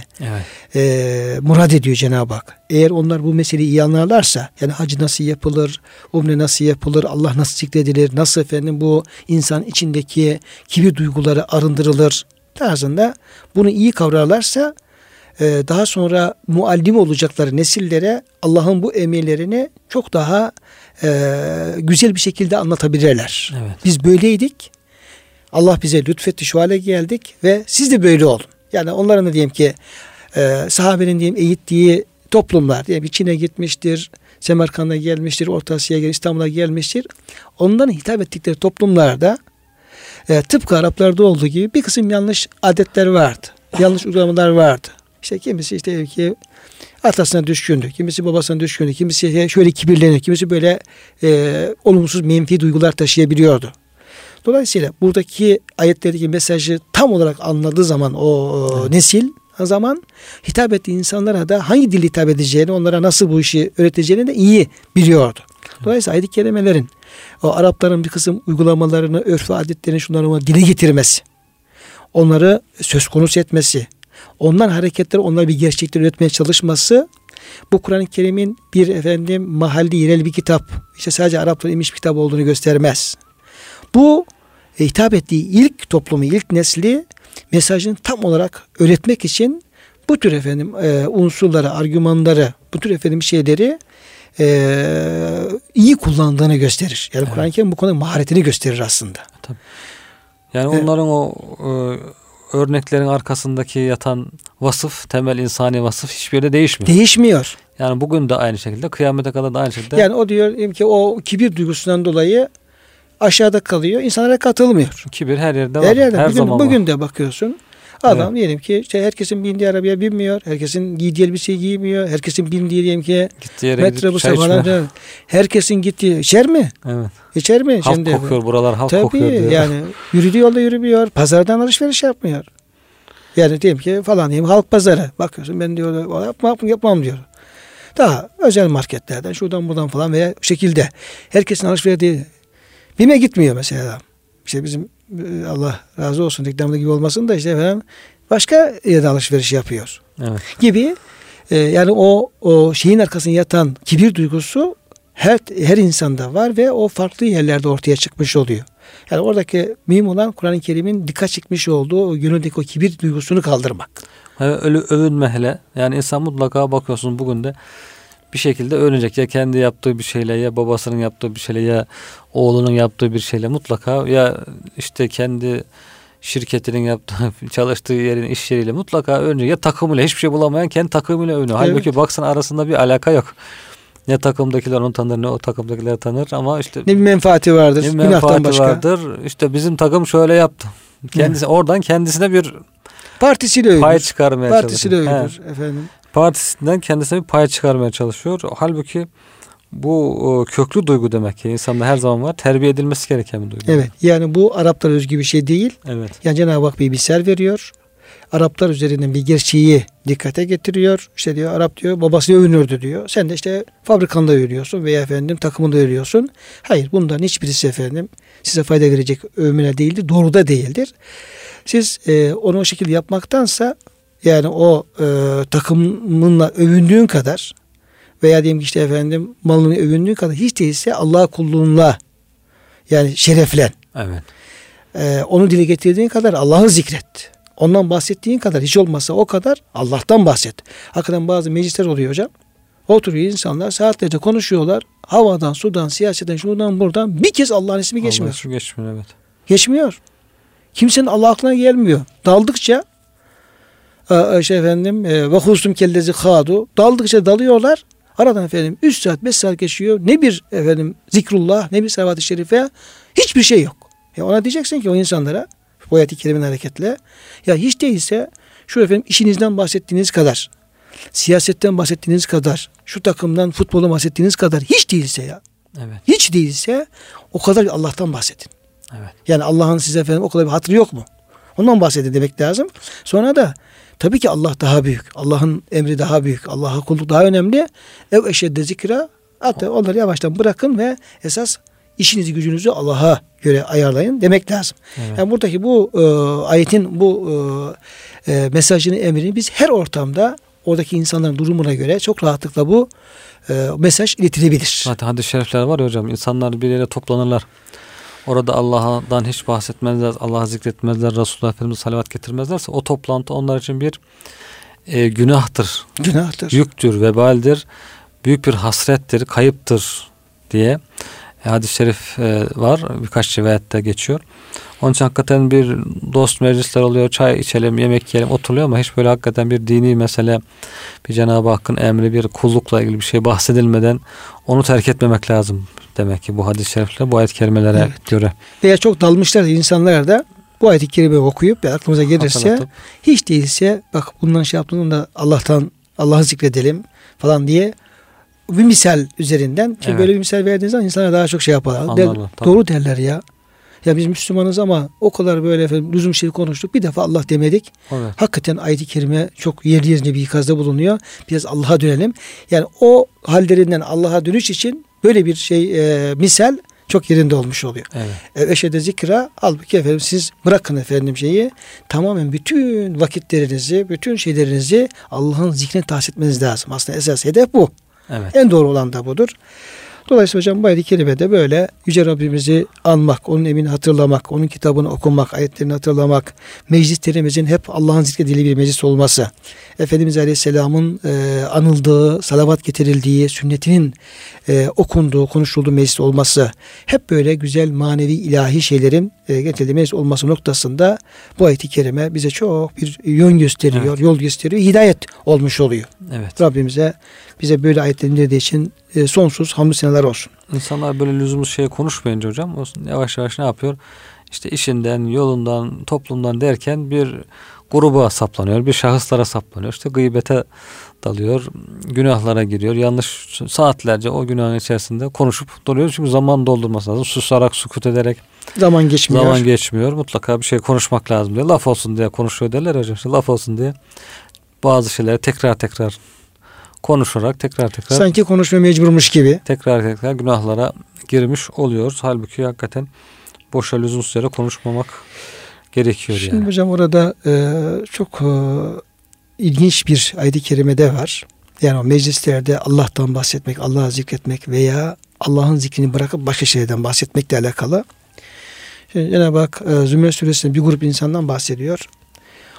Speaker 1: murad ediyor Cenab-ı Hak. Eğer onlar bu meseleyi iyi anlarlarsa, yani hacı nasıl yapılır, umre nasıl yapılır, Allah nasıl zikredilir, nasıl efendim bu insan içindeki kibir duyguları arındırılır tarzında bunu iyi kavrarlarsa daha sonra muallim olacakları nesillere Allah'ın bu emirlerini çok daha güzel bir şekilde anlatabilirler.
Speaker 2: Evet.
Speaker 1: Biz böyleydik. Allah bize lütfetti, şu hale geldik ve siz de böyle olun. Yani onların da diyelim ki sahabenin diyelim eğittiği toplumlar diyelim ki Çin'e gitmiştir, Semerkant'a gelmiştir, Orta Asya'ya gelmiştir, İstanbul'a gelmiştir. Onların hitap ettikleri toplumlarda tıpkı Araplarda olduğu gibi bir kısım yanlış adetler vardı. Yanlış uygulamalar vardı. İşte kimisi işte diyelim ki atasına düşkündü, kimisi babasına düşkündü, kimisi şöyle kibirleniyor, kimisi böyle olumsuz menfi duygular taşıyabiliyordu. Dolayısıyla buradaki ayetlerdeki mesajı tam olarak anladığı zaman o nesil zaman hitap ettiği insanlara da hangi dil hitap edeceğini, onlara nasıl bu işi öğreteceğini de iyi biliyordu. Dolayısıyla ayet-i kerimelerin o Arapların bir kısım uygulamalarını, örf ve adetlerini şunları dile getirmesi, onları söz konusu etmesi, ondan hareketleri, onlara bir gerçekleri üretmeye çalışması bu Kur'an-ı Kerim'in bir mahalli yerel bir kitap, işte sadece Arapların inmiş bir kitap olduğunu göstermez. Bu hitap ettiği ilk toplumu, ilk nesli mesajını tam olarak öğretmek için bu tür unsurları, argümanları, bu tür şeyleri iyi kullandığını gösterir. Yani Kur'an-ı Kerim bu konuda maharetini gösterir aslında.
Speaker 2: Tabii. Yani onların o örneklerin arkasındaki yatan vasıf, temel insani vasıf hiçbir yerde değişmiyor.
Speaker 1: Değişmiyor.
Speaker 2: Yani bugün de aynı şekilde, kıyamete kadar da aynı şekilde.
Speaker 1: Yani o diyor ki o kibir duygusundan dolayı aşağıda kalıyor. İnsanlara katılmıyor.
Speaker 2: Kibir her yerde var.
Speaker 1: Her yerde.
Speaker 2: Her zaman var.
Speaker 1: Bugün de bakıyorsun. Adam diyelim ki işte herkesin bindiği arabaya binmiyor. Herkesin giydiği elbiseyi giymiyor. Herkesin bindiği diyelim ki metrobüse falan. Herkesin gittiği. İçer mi?
Speaker 2: Evet.
Speaker 1: İçer mi?
Speaker 2: Halk
Speaker 1: şimdi
Speaker 2: kokuyor buralar. Halk
Speaker 1: tabii,
Speaker 2: kokuyor diyor.
Speaker 1: Yani yürüdüğü yolda yürümüyor. Pazardan alışveriş yapmıyor. Yani diyelim ki falan diyeyim halk pazarı. Bakıyorsun ben diyor yapmam diyor. Daha özel marketlerden şuradan buradan falan veya bu şekilde. Herkesin alışverişi BİM'e gitmiyor mesela. İşte bizim Allah razı olsun reklamda gibi olmasın da işte başka yerde alışveriş yapıyor.
Speaker 2: Evet.
Speaker 1: Gibi yani o şeyin arkasında yatan kibir duygusu her insanda var ve o farklı yerlerde ortaya çıkmış oluyor. Yani oradaki mühim olan Kur'an-ı Kerim'in dikkat çekmiş olduğu o gönüldeki o kibir duygusunu kaldırmak.
Speaker 2: Öyle övünme hele. Yani insan mutlaka bakıyorsun bugün de bir şekilde öğrenecek. Ya kendi yaptığı bir şeyle, ya babasının yaptığı bir şeyle, ya oğlunun yaptığı bir şeyle mutlaka, ya işte kendi şirketinin yaptığı, çalıştığı yerin, iş yeriyle mutlaka öğrenecek. Ya takımıyla, hiçbir şey bulamayan kendi takımıyla öğreniyor.
Speaker 1: Evet.
Speaker 2: Halbuki baksana arasında bir alaka yok. Ne takımdakiler onu tanır, ne o takımdakiler tanır, ama işte
Speaker 1: Ne bir menfaati vardır.
Speaker 2: ne
Speaker 1: Günahtan
Speaker 2: menfaati
Speaker 1: başka.
Speaker 2: vardır. İşte bizim takım şöyle yaptı. Kendisi oradan kendisine bir
Speaker 1: Partisiyle övünür.
Speaker 2: pay çıkarmaya
Speaker 1: Partisiyle
Speaker 2: çalışıyor.
Speaker 1: övünür efendim.
Speaker 2: Partisinden kendisine bir pay çıkarmaya çalışıyor. Halbuki bu köklü duygu demek ki insanda her zaman var. Terbiye edilmesi gereken bir duygu.
Speaker 1: Evet. Yani bu Araplara özgü bir şey değil.
Speaker 2: Evet.
Speaker 1: Yani Cenab-ı Hak bir misal veriyor. Araplar üzerinden bir gerçeği dikkate getiriyor. İşte diyor Arap diyor babasını övünürdü diyor. Sen de işte fabrikanda övünüyorsun veya efendim takımında övünüyorsun. Hayır, bunların hiçbirisi efendim size fayda verecek övümler değildir. Doğru da değildir. Siz onu o şekilde yapmaktansa yani o takımınla övündüğün kadar veya diyelim ki işte efendim malını övündüğün kadar hiç değilse Allah'a kulluğunla yani şereflen.
Speaker 2: Evet.
Speaker 1: Onu dile getirdiğin kadar Allah'ı zikret. Ondan bahsettiğin kadar hiç olmazsa o kadar Allah'tan bahset. Hakikaten bazı meclisler oluyor hocam. Oturuyor insanlar saatlerce konuşuyorlar. Havadan, sudan, siyasetten, şuradan, buradan bir kez Allah'ın ismi geçmiyor.
Speaker 2: Allah şu geçmiyor, evet.
Speaker 1: Geçmiyor. Kimsenin Allah aklına gelmiyor. Daldıkça şey efendim ve husum kellezi hadu, daldıkça dalıyorlar. Aradan efendim 3 saat 5 saat geçiyor. Ne bir efendim zikrullah, ne bir salavat-ı şerife, hiçbir şey yok. Ya ona diyeceksin ki o insanlara bu ayet-i kerimenin hareketle ya hiç değilse şu efendim işinizden bahsettiğiniz kadar, siyasetten bahsettiğiniz kadar, şu takımdan, futboldan bahsettiğiniz kadar hiç değilse ya.
Speaker 2: Evet.
Speaker 1: Hiç değilse o kadar Allah'tan bahsedin.
Speaker 2: Evet.
Speaker 1: Yani Allah'ın size efendim o kadar bir hatırı yok mu? Ondan bahsedin demek lazım. Sonra da tabii ki Allah daha büyük. Allah'ın emri daha büyük. Allah'a kulluk daha önemli. Ev eşedde zikra. Hatta onları yavaştan bırakın ve esas işinizi gücünüzü Allah'a göre ayarlayın demek lazım.
Speaker 2: Evet.
Speaker 1: Yani buradaki bu ayetin bu mesajını, emrini biz her ortamda oradaki insanların durumuna göre çok rahatlıkla bu mesaj iletilebilir.
Speaker 2: Zaten hadis-i şerifler var ya hocam. İnsanlar bir yere toplanırlar. Orada Allah'tan hiç bahsetmezler, Allah'ı zikretmezler, Resulullah Efendimiz'e salavat getirmezlerse o toplantı onlar için bir günahtır.
Speaker 1: Günahtır.
Speaker 2: Yüktür, vebaldir, büyük bir hasrettir, kayıptır diye hadis-i şerif var. Birkaç rivayette geçiyor. Onun için hakikaten bir dost meclisler oluyor, çay içelim, yemek yiyelim, oturuluyor ama hiç böyle hakikaten bir dini mesele, bir Cenab-ı Hakk'ın emri, bir kullukla ilgili bir şey bahsedilmeden onu terk etmemek lazım. Demek ki bu hadis-i şerifler bu ayet-i kerimelere göre.
Speaker 1: Veya çok dalmışlar insanlar da bu ayet-i kerimeyi okuyup aklımıza gelirse
Speaker 2: hatırlatıp,
Speaker 1: hiç değilse bak bundan şey yaptığında Allah'ı zikredelim falan diye bir misal üzerinden. Çünkü böyle bir misal verdiğiniz zaman insanlar daha çok şey yaparlar. Doğru derler ya. Ya biz Müslümanız ama o kadar böyle efendim lüzum şey konuştuk. Bir defa Allah demedik.
Speaker 2: evet.
Speaker 1: Hakikaten ayet-i kerime çok yerli yerine bir ikazda bulunuyor. Biraz Allah'a dönelim. Yani o hallerinden Allah'a dönüş için böyle bir misal çok yerinde olmuş oluyor.
Speaker 2: Evet.
Speaker 1: Eşhedü zikra, halbuki efendim siz bırakın efendim tamamen bütün vakitlerinizi, bütün şeylerinizi Allah'ın zikrine tahsis etmeniz lazım. Aslında esas hedef bu.
Speaker 2: Evet.
Speaker 1: En doğru olan da budur. Dolayısıyla hocam bu ayet-i kerimede böyle Yüce Rabbimizi anmak, onun emrini hatırlamak, onun kitabını okumak, ayetlerini hatırlamak, meclislerimizin hep Allah'ın zikredildiği bir meclis olması, Efendimiz Aleyhisselam'ın anıldığı, salavat getirildiği, sünnetinin okunduğu, konuşulduğu meclis olması, hep böyle güzel manevi ilahi şeylerin getirildiği meclis olması noktasında bu ayet-i kerime bize çok bir yön gösteriyor, evet, yol gösteriyor, hidayet olmuş oluyor.
Speaker 2: Evet.
Speaker 1: Rabbimize bize böyle ayetlerin indirdiği için sonsuz hamdü seneler olsun.
Speaker 2: İnsanlar böyle lüzumsuz şeye konuşmayınca hocam yavaş yavaş ne yapıyor? İşte işinden, yolundan, toplumdan derken bir gruba saplanıyor, bir şahıslara saplanıyor. İşte gıybete dalıyor, günahlara giriyor. Yanlış saatlerce o günahın içerisinde konuşup duruyor. Çünkü zaman doldurması lazım. Susarak, sükut ederek
Speaker 1: zaman geçmiyor.
Speaker 2: Mutlaka bir şey konuşmak lazım diye. Laf olsun diye konuşuyor derler hocam. İşte laf olsun diye bazı şeyleri tekrar konuşarak tekrar
Speaker 1: sanki konuşmaya mecburmuş gibi
Speaker 2: tekrar günahlara girmiş oluyoruz. Halbuki hakikaten boşa lüzumsuz yere konuşmamak gerekiyor.
Speaker 1: Şimdi
Speaker 2: yani.
Speaker 1: Hocam orada çok ilginç bir ayet-i kerimede var. Yani o meclislerde Allah'tan bahsetmek, Allah'ı zikretmek veya Allah'ın zikrini bırakıp başka şeylerden bahsetmekle alakalı. Şimdi Cenab-ı Hak Zümer suresinde bir grup insandan bahsediyor.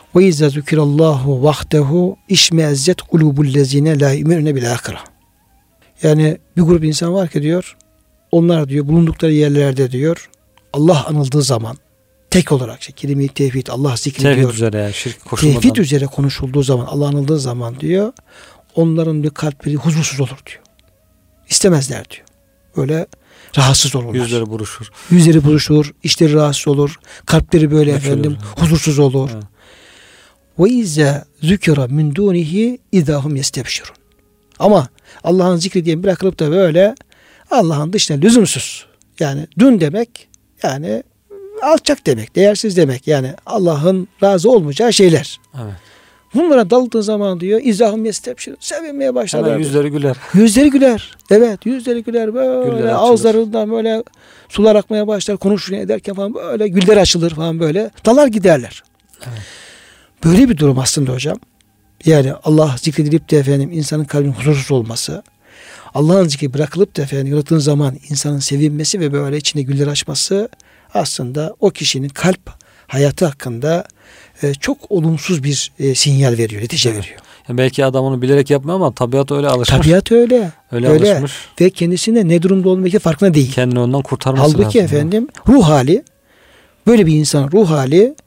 Speaker 1: وَاِذَا ذُكِرَ اللّٰهُ وَحْدَهُ اِشْمَازَّتْ قُلُوبُ الَّذ۪ينَ لَا يُؤْمِنُونَ بِالْآخِرَةِ Yani bir grup insan var ki diyor, onlar diyor bulundukları yerlerde diyor Allah anıldığı zaman tek olarak kelime-i tevhid, Allah zikrediyor.
Speaker 2: Tevhid üzere yani, şirk koşulmadan.
Speaker 1: Tevhid üzere konuşulduğu zaman, Allah anıldığı zaman diyor, onların bir kalpleri huzursuz olur diyor. İstemezler diyor. Böyle rahatsız olurlar.
Speaker 2: Yüzleri buruşur.
Speaker 1: Yüzleri buruşur, içleri rahatsız olur. Kalpleri böyle efendim huzursuz olur. Ve izâ zükira min dûnihi idâhum yestebşirun. Ama Allah'ın zikri diye bırakılıp da böyle Allah'ın dışına lüzumsuz. Yani dün demek yani alçak demek, değersiz demek. Yani Allah'ın razı olmayacağı şeyler.
Speaker 2: Evet.
Speaker 1: Bunlara daldığı zaman diyor İzahum yestebşirun. Sevinmeye başlarlar.
Speaker 2: Hemen yüzleri güler.
Speaker 1: Yüzleri güler. Evet, yüzleri güler. Böyle
Speaker 2: Güller
Speaker 1: ağızlarından böyle sular akmaya başlar. Konuşurken ederken falan böyle güller açılır falan böyle. Dalar giderler.
Speaker 2: Evet.
Speaker 1: Böyle bir durum aslında hocam. Yani Allah zikredilip de efendim insanın kalbinin huzursuz olması, Allah'ın zikri bırakılıp da efendim yarattığın zaman insanın sevinmesi ve böyle içinde güller açması aslında o kişinin kalp hayatı hakkında çok olumsuz bir sinyal veriyor, netice veriyor.
Speaker 2: Yani belki adam onu bilerek yapmıyor ama tabiat öyle alışmış.
Speaker 1: Tabiat öyle.
Speaker 2: Öyle alışmış.
Speaker 1: Ve kendisinde ne durumda olduğunu farkında değil.
Speaker 2: Kendini ondan kurtarması lazım.
Speaker 1: Halbuki efendim ruh hali, böyle bir insan ruh hali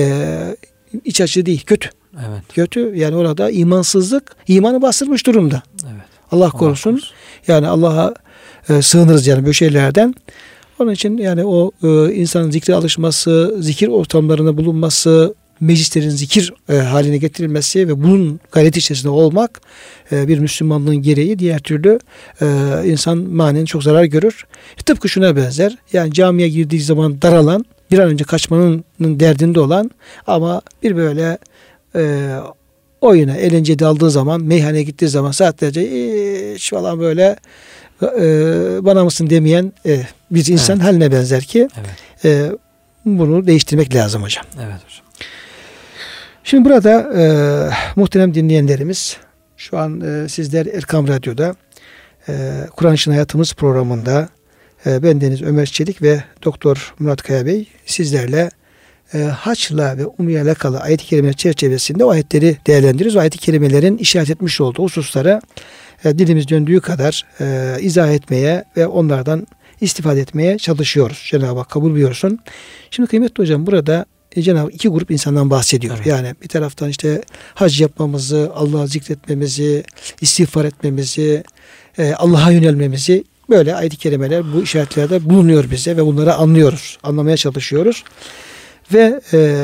Speaker 1: iç açıcı değil, kötü.
Speaker 2: Evet.
Speaker 1: Kötü, yani orada imansızlık imanı bastırmış durumda.
Speaker 2: Evet.
Speaker 1: Allah korusun. Yani Allah'a sığınırız yani böyle şeylerden. Onun için yani o insanın zikre alışması, zikir ortamlarında bulunması, meclislerin zikir haline getirilmesi ve bunun gayret içerisinde olmak bir Müslümanlığın gereği. Diğer türlü insan manen çok zarar görür. Tıpkı şuna benzer. Yani camiye girdiği zaman daralan, bir an önce kaçmanın derdinde olan ama bir böyle oyuna, eğlenceye daldığı zaman, meyhaneye gittiği zaman saatlerce hiç falan böyle bana mısın demeyen bir insan haline benzer ki bunu değiştirmek lazım hocam.
Speaker 2: Evet hocam.
Speaker 1: Şimdi burada muhterem dinleyenlerimiz, şu an sizler Erkam Radyo'da Kur'an için Hayatımız programında bendeniz Ömer Çelik ve Doktor Murat Kaya Bey sizlerle haçla ve umreyle alakalı ayet-i kerimeler çerçevesinde o ayetleri değerlendiriyoruz. O ayet-i kerimelerin işaret etmiş olduğu hususlara dilimiz döndüğü kadar izah etmeye ve onlardan istifade etmeye çalışıyoruz. Cenab-ı Hak kabul buyursun. Şimdi kıymetli hocam burada Cenab-ı Hak iki grup insandan bahsediyor. Evet. Yani bir taraftan işte hac yapmamızı, Allah'ı zikretmemizi, istiğfar etmemizi, Allah'a yönelmemizi, böyle ayet-i kerimeler bu işaretlerde bulunuyor bize ve bunları anlıyoruz. Anlamaya çalışıyoruz. Ve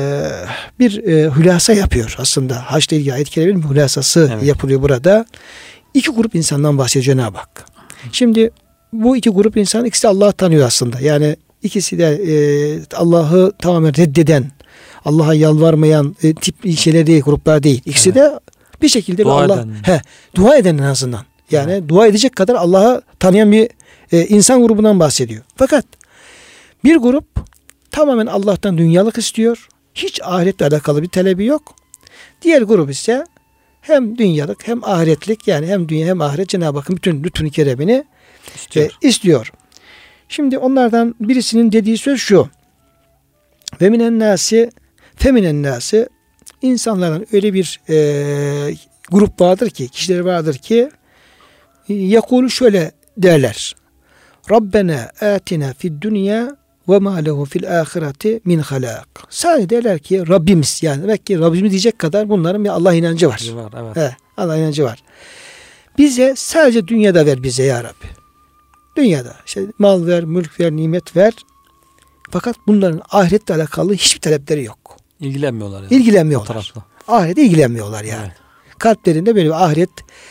Speaker 1: bir hülasa yapıyor aslında. Haçla ilgili ayet-i kerimenin hülasası yapılıyor burada. İki grup insandan bahsediyor Cenab-ı Hak. Şimdi bu iki grup insan ikisi de Allah'ı tanıyor aslında. Yani ikisi de Allah'ı tamamen reddeden, Allah'a yalvarmayan tip şeyler değil, gruplar değil. İkisi de bir şekilde dua eden en azından. Yani dua edecek kadar Allah'ı tanıyan bir insan grubundan bahsediyor. Fakat bir grup tamamen Allah'tan dünyalık istiyor. Hiç ahiretle alakalı bir talebi yok. Diğer grup ise hem dünyalık hem ahiretlik, yani hem dünya hem ahiret Cenab-ı Hakk'ın bütün lütfunu keremini istiyor. Şimdi onlardan birisinin dediği söz şu. Ve minen nasi feminen nasi, insanların öyle bir grup vardır ki, kişiler vardır ki yakulu şöyle derler. Rabbena atina fid dünya ve ma lehu fil ahireti min halak. Sadece derler ki Rabbimiz, yani demek ki Rabbimiz diyecek kadar bunların bir Allah inancı var.
Speaker 2: Evet.
Speaker 1: Allah inancı var. Bize sadece dünyada ver bize ya Rabbi. Dünyada işte mal ver, mülk ver, nimet ver. Fakat bunların ahiretle alakalı hiçbir talepleri yok.
Speaker 2: İlgilenmiyorlar. Yani.
Speaker 1: İlgilenmiyorlar. Ahirete ilgilenmiyorlar yani. Evet. Kalplerinde böyle bir ahiret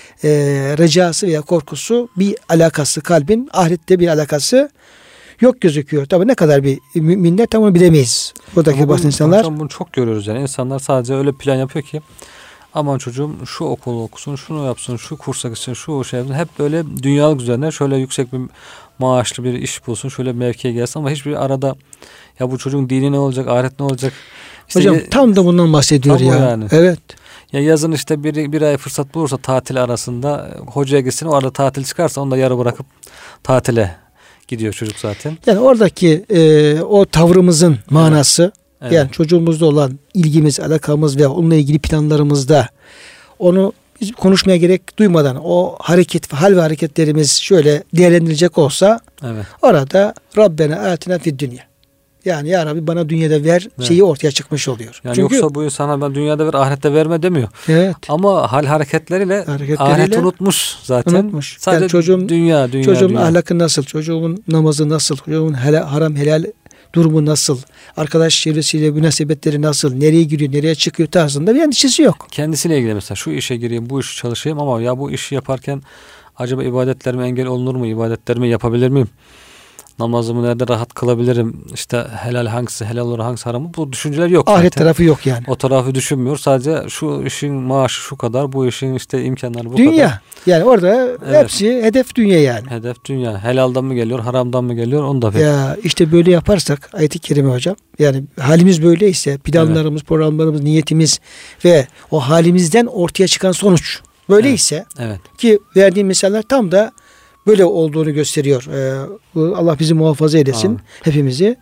Speaker 1: recası veya korkusu, bir alakası, kalbin ahirette bir alakası yok gözüküyor. Tabii ne kadar bir müminler tam onu bilemeyiz. Buradaki bazı insanlar.
Speaker 2: Hocam bunu çok görüyoruz yani. İnsanlar sadece öyle plan yapıyor ki aman çocuğum şu okulu okusun, şunu yapsın, şu kursa gitsin, şu şey yapsın. Hep böyle dünyalık üzerine şöyle yüksek bir maaşlı bir iş bulsun, şöyle bir mevkiye gelsin ama hiçbir arada ya bu çocuğun dini ne olacak, ahiret ne olacak? İşte
Speaker 1: hocam tam da bundan bahsediyor ya.
Speaker 2: Yani.
Speaker 1: Evet.
Speaker 2: Ya yazın işte bir ay fırsat bulursa tatil arasında hocaya gitsin, o arada tatil çıkarsa onu da yarı bırakıp tatile gidiyor çocuk zaten. Yani
Speaker 1: oradaki o tavrımızın manası, yani çocuğumuzda olan ilgimiz, alakamız ve onunla ilgili planlarımızda onu biz konuşmaya gerek duymadan o hareket, hal ve hareketlerimiz şöyle değerlendirilecek olsa,
Speaker 2: Evet.
Speaker 1: orada Rabbena atina fid dünya. Yani ya Rabbi bana dünyada ver şeyi ortaya çıkmış oluyor.
Speaker 2: Yani
Speaker 1: Çünkü,
Speaker 2: yoksa bu insana ben dünyada ver, ahirette verme demiyor.
Speaker 1: evet.
Speaker 2: Ama hal hareketleriyle ahireti unutmuş zaten.
Speaker 1: Unutmuş.
Speaker 2: Sadece
Speaker 1: yani çocuğum,
Speaker 2: dünya.
Speaker 1: çocuğumun ahlakı nasıl, çocuğumun namazı nasıl, çocuğumun haram helal durumu nasıl, arkadaş çevresiyle münasebetleri nasıl, nereye giriyor, nereye çıkıyor tarzında bir endişesi yok.
Speaker 2: Kendisiyle ilgili mesela şu işe gireyim, bu işi çalışayım ama ya bu işi yaparken acaba ibadetlerime engel olunur mu? İbadetlerimi yapabilir miyim? Namazımı nerede rahat kılabilirim? İşte helal hangisi helal olur, hangisi haram? Bu düşünceler yok
Speaker 1: Ahiret
Speaker 2: zaten.
Speaker 1: tarafı yok yani.
Speaker 2: O tarafı düşünmüyor. Sadece şu işin maaşı şu kadar, bu işin işte imkanları bu
Speaker 1: dünya.
Speaker 2: kadar.
Speaker 1: Yani orada hepsi hedef dünya yani.
Speaker 2: Hedef dünya. Helaldan mı geliyor, haramdan mı geliyor? Onu da biliyor.
Speaker 1: Ya işte böyle yaparsak ayet-i kerime hocam, yani halimiz böyleyse, planlarımız, programlarımız, niyetimiz ve o halimizden ortaya çıkan sonuç böyleyse,
Speaker 2: Evet.
Speaker 1: ki verdiğim misaller tam da böyle olduğunu gösteriyor. Allah bizi muhafaza eylesin.
Speaker 2: Amin.
Speaker 1: Hepimizi.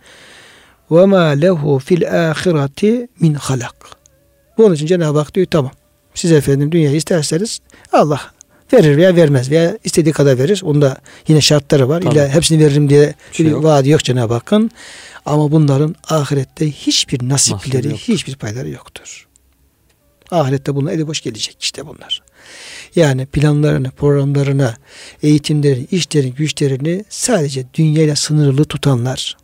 Speaker 1: وَمَا لَهُ فِي الْآخِرَةِ مِنْ خَلَقٍ. Bunun için Cenab-ı Hak diyor tamam. Siz efendim dünyayı isterseniz Allah verir veya vermez veya istediği kadar verir. Onda yine şartları var.
Speaker 2: Tabii.
Speaker 1: İlla hepsini veririm diye
Speaker 2: Şey
Speaker 1: bir
Speaker 2: yok.
Speaker 1: vaadi yok Cenab-ı Hakk'ın. Ama bunların ahirette hiçbir nasipleri,
Speaker 2: yoktur.
Speaker 1: hiçbir payları yoktur. Ahirette bunlar eli boş gelecek işte bunlar. Yani planlarını, programlarını, eğitimlerini, işlerini, güçlerini sadece dünyayla sınırlı tutanlar,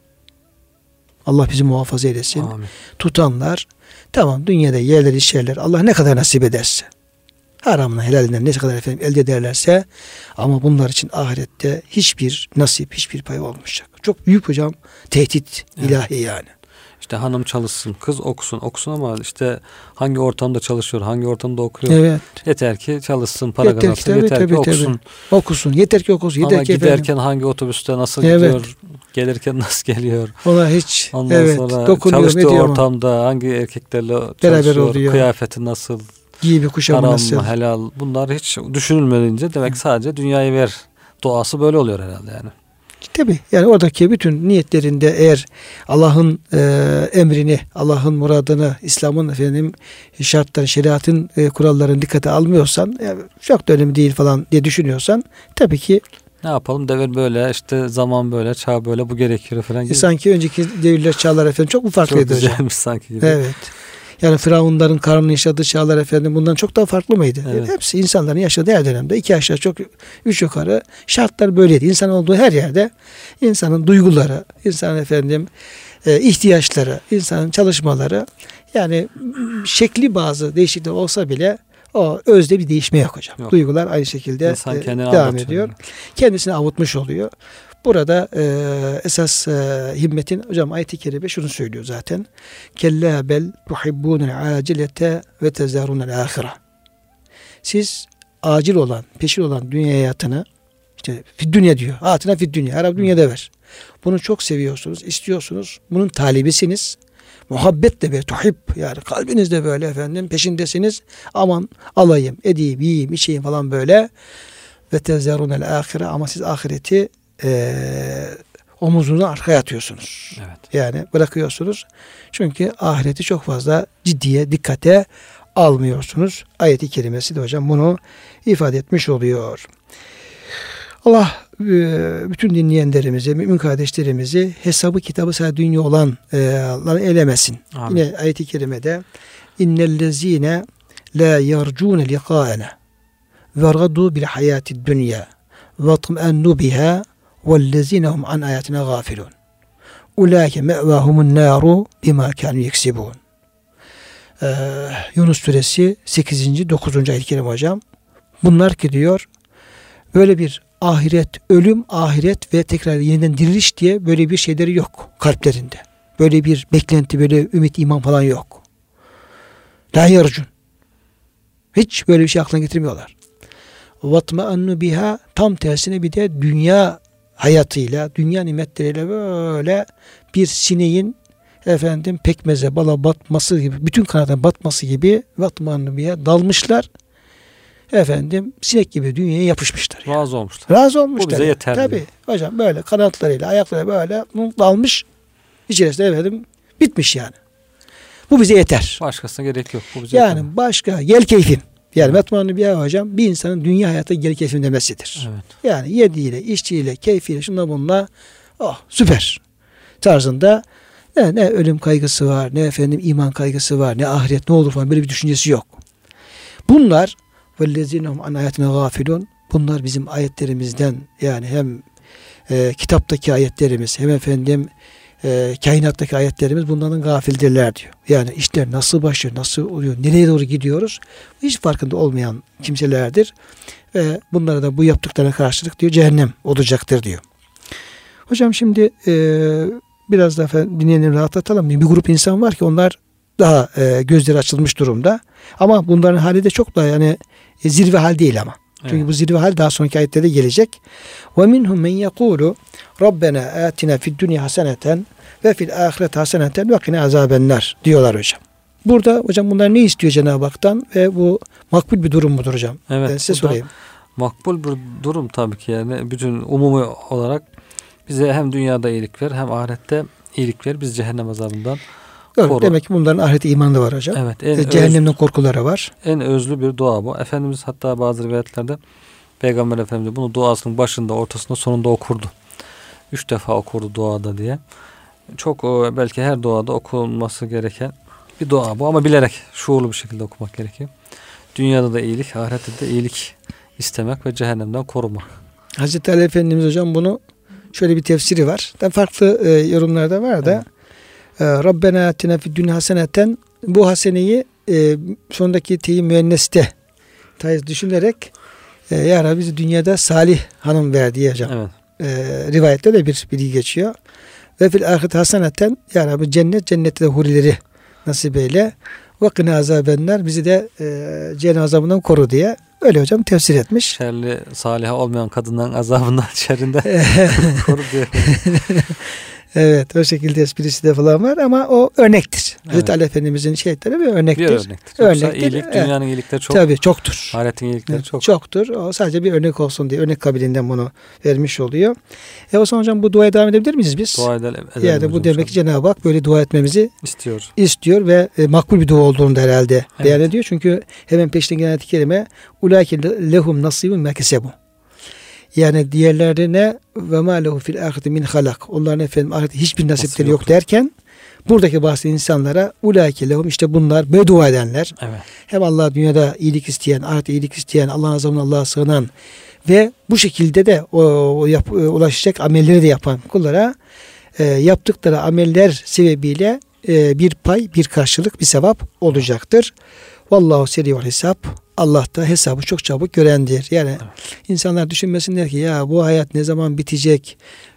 Speaker 1: Allah bizi muhafaza eylesin,
Speaker 2: Amin.
Speaker 1: tutanlar, tamam dünyada yerler, işlerler, Allah ne kadar nasip ederse, haramına, helalinden ne kadar efendim elde ederlerse, ama bunlar için ahirette hiçbir nasip, hiçbir pay olmayacak. Çok büyük hocam tehdit ilahi yani.
Speaker 2: İşte hanım çalışsın, kız okusun ama işte hangi ortamda çalışıyor, hangi ortamda okuyor.
Speaker 1: Evet.
Speaker 2: Yeter ki çalışsın, para
Speaker 1: Yeter ki,
Speaker 2: kazansın,
Speaker 1: tabii,
Speaker 2: yeter
Speaker 1: tabii,
Speaker 2: ki okusun.
Speaker 1: Okusun, yeter ki okusun, yeter
Speaker 2: Ama
Speaker 1: ki
Speaker 2: giderken
Speaker 1: efendim,
Speaker 2: hangi otobüste nasıl
Speaker 1: Evet.
Speaker 2: gidiyor, gelirken nasıl geliyor.
Speaker 1: ona hiç
Speaker 2: Ondan sonra
Speaker 1: dokunuyor,
Speaker 2: çalıştığı
Speaker 1: ediyor ama
Speaker 2: ortamda hangi erkeklerle
Speaker 1: beraber
Speaker 2: çalışıyor,
Speaker 1: oluyor.
Speaker 2: kıyafeti nasıl,
Speaker 1: giyimi kuşamı
Speaker 2: haram
Speaker 1: nasıl.
Speaker 2: mı, helal, bunlar hiç düşünülmeyince demek sadece dünyayı ver doğası böyle oluyor herhalde yani.
Speaker 1: Tabii yani oradaki bütün niyetlerinde eğer Allah'ın emrini, Allah'ın muradını, İslam'ın efendim şartları, şeriatın kurallarını dikkate almıyorsan, çok da önemli değil falan diye düşünüyorsan, tabii ki
Speaker 2: Ne yapalım, devir böyle, işte zaman böyle, çağ böyle, bu gerekiyor falan gibi.
Speaker 1: sanki önceki devirler, çağlar efendim çok mu farklıydı
Speaker 2: Çok
Speaker 1: hocam?
Speaker 2: güzelmiş sanki gibi.
Speaker 1: Evet. Yani Firavunların karnını yaşadığı çağlar efendim bundan çok daha farklı mıydı?
Speaker 2: Evet.
Speaker 1: Hepsi insanların yaşadığı her dönemde 2 aşağı çok 3 yukarı şartlar böyleydi. İnsan olduğu her yerde insanın duyguları, insanın efendim ihtiyaçları, insanın çalışmaları, yani şekli bazı değişiklikler olsa bile o özde bir değişme yok hocam.
Speaker 2: Yok.
Speaker 1: Duygular aynı şekilde
Speaker 2: İnsan kendini
Speaker 1: devam
Speaker 2: avutıyor.
Speaker 1: ediyor. Kendisini avutmuş oluyor. Burada esas himmetin, hocam ayet-i kerime şunu söylüyor zaten. Kella bel tuhibbunel acilete ve tezarunel ahire. Siz acil olan, peşin olan dünya hayatını, işte fid dünya diyor. Atına fid dünya. Arap dünyada ver. Bunu çok seviyorsunuz, istiyorsunuz. Bunun talibisiniz. Muhabbetle böyle tuhib, yani kalbinizde böyle efendim peşindesiniz. Aman alayım, edeyim, yiyeyim, içeyim falan böyle. Ve tezarunel ahire, ama siz ahireti omuzunu arkaya atıyorsunuz.
Speaker 2: Evet.
Speaker 1: Yani bırakıyorsunuz. Çünkü ahireti çok fazla ciddiye, dikkate almıyorsunuz. Ayet-i kerimesi de hocam bunu ifade etmiş oluyor. Allah bütün dinleyenlerimizi, mümin kardeşlerimizi hesabı kitabı sadece dünya olan eylemesin.
Speaker 2: Amin.
Speaker 1: Yine ayet-i kerimede innellezine la yercune liqa'ana ve radu bil hayati dünya ve tm'ennu biha vellezine hum an ayatina gafilun. Ulaike me'vahumun naru bima kanu yeksibun. Yunus suresi 8. 9. ayet-i kerime hocam. Bunlar ki diyor, böyle bir ahiret, ölüm, ahiret ve tekrar yeniden diriliş diye böyle bir şeyleri yok kalplerinde. Böyle bir beklenti, böyle ümit, iman falan yok. La yarcun. Hiç böyle bir şey aklına getirmiyorlar. Vatma'annu biha, tam tersine bir de dünya hayatıyla, dünya nimetleriyle böyle bir sineğin efendim pekmeze, bala batması gibi, bütün kanatına batması gibi vatma'annu biha dalmışlar. Efendim sinek gibi dünyaya yapışmışlar. Yani.
Speaker 2: Razı olmuşlar.
Speaker 1: Razı olmuşlar.
Speaker 2: Bu bize yeter.
Speaker 1: Tabii hocam böyle kanatlarıyla, ayaklarıyla böyle dalmış. İçerisinde efendim bitmiş yani. Bu bize yeter.
Speaker 2: Başkasına gerek yok. Bu bize
Speaker 1: Yani
Speaker 2: yeter.
Speaker 1: başka gel keyfin. Yani metmanı bir hocam bir insanın dünya hayata geri keyfini demesidir.
Speaker 2: Evet.
Speaker 1: Yani yediğiyle, içtiğiyle, keyfiyle, şunla bununla süper tarzında ne ölüm kaygısı var, ne efendim iman kaygısı var, ne ahiret ne olur falan böyle bir düşüncesi yok. Bunlar vellezînehum an âyâtinâ gâfilûn. Bunlar bizim ayetlerimizden yani hem kitaptaki ayetlerimiz hem efendim kainattaki ayetlerimiz bunların gafildirler diyor. Yani işler nasıl başlıyor, nasıl oluyor, nereye doğru gidiyoruz hiç farkında olmayan kimselerdir. Ve bunlara da bu yaptıklarına karşılık diyor cehennem olacaktır diyor. Hocam şimdi biraz daha dinleyenleri rahatlatalım. Bir grup insan var ki onlar daha gözleri açılmış durumda. Ama bunların hali de çok da yani zirve hal değil ama. Çünkü evet. Bu zirve hal daha sonraki ayetlerde gelecek. Ve minhum men yekulu Rabbena atina fid dunya haseneten ve fil ahiret haseneten ve qina azabennar diyorlar hocam. Burada hocam bunlar ne istiyor Cenab-ı Hak'tan ve bu makbul bir durum mudur hocam?
Speaker 2: Evet.
Speaker 1: Ben size sorayım.
Speaker 2: Makbul bir durum tabii ki yani bütün umumi olarak bize hem dünyada iyilik ver hem ahirette iyilik ver. Biz cehennem azabından koru.
Speaker 1: Demek ki bunların ahirete imanı da var hocam.
Speaker 2: Evet.
Speaker 1: Cehennemden korkuları var.
Speaker 2: En özlü bir dua bu. Efendimiz hatta bazı rivayetlerde Peygamber Efendimiz bunu duasının başında, ortasında, sonunda okurdu. 3 defa okurdu duada diye. Çok belki her duada okunması gereken bir dua bu ama bilerek, şuurlu bir şekilde okumak gerekiyor. Dünyada da iyilik, ahirette de iyilik istemek ve cehennemden korumak.
Speaker 1: Hazreti Ali Efendimiz hocam bunu şöyle bir tefsiri var. Farklı yorumlarda var da Rabbena atina fid dunya haseneten bu haseneyi sondaki teyi müenneste düşünerek ya Rabbi bizi dünyada Salih Hanım ver diye hocam.
Speaker 2: Evet.
Speaker 1: Rivayette de bir bilgi geçiyor. Ve fil ahiret haseneten ya Rabbi cennette de hurileri nasip eyle. Ve qina azabennar bizi de cehennem azabından koru diye öyle hocam tefsir etmiş.
Speaker 2: Şerli salih olmayan kadından azabından şerrinden koru diye.
Speaker 1: Evet o şekilde esprisi de falan var ama o örnektir. Evet. Hazreti Ali Efendimizin şehitleri bir örnektir.
Speaker 2: Bir örnektir. Yoksa iyilik, dünyanın iyilikleri çok.
Speaker 1: Tabii çoktur.
Speaker 2: Ahiretin iyilikleri çok.
Speaker 1: Çoktur. O sadece bir örnek olsun diye örnek kabiliğinden bunu vermiş oluyor. O zaman hocam bu duaya devam edebilir miyiz biz?
Speaker 2: Dua edelim.
Speaker 1: Yani bu demek ki Cenab-ı Hak böyle dua etmemizi istiyor ve makbul bir dua olduğunu da herhalde beyan ediyor. Çünkü hemen peşten gelen ayet-i kerime ulaike lehum nasibun ma kesebu. Yani diğerlerine ve ma lehu fil ahireti min halak. Onların efendim ahirette hiçbir nasipleri yok derken buradaki bahsedilen insanlara ulaike lehum işte bunlar böyle dua edenler.
Speaker 2: Evet.
Speaker 1: Hem Allah dünyada iyilik isteyen, ahirette iyilik isteyen, Allah'ın azabından Allah'a sığınan ve bu şekilde de ulaşacak amelleri de yapan kullara yaptıkları ameller sebebiyle bir pay, bir karşılık, bir sevap olacaktır. Vallahu seri'ul hesap. Allah da hesabı çok çabuk görendir. Yani insanlar düşünmesinler ki ya bu hayat ne zaman bitecek?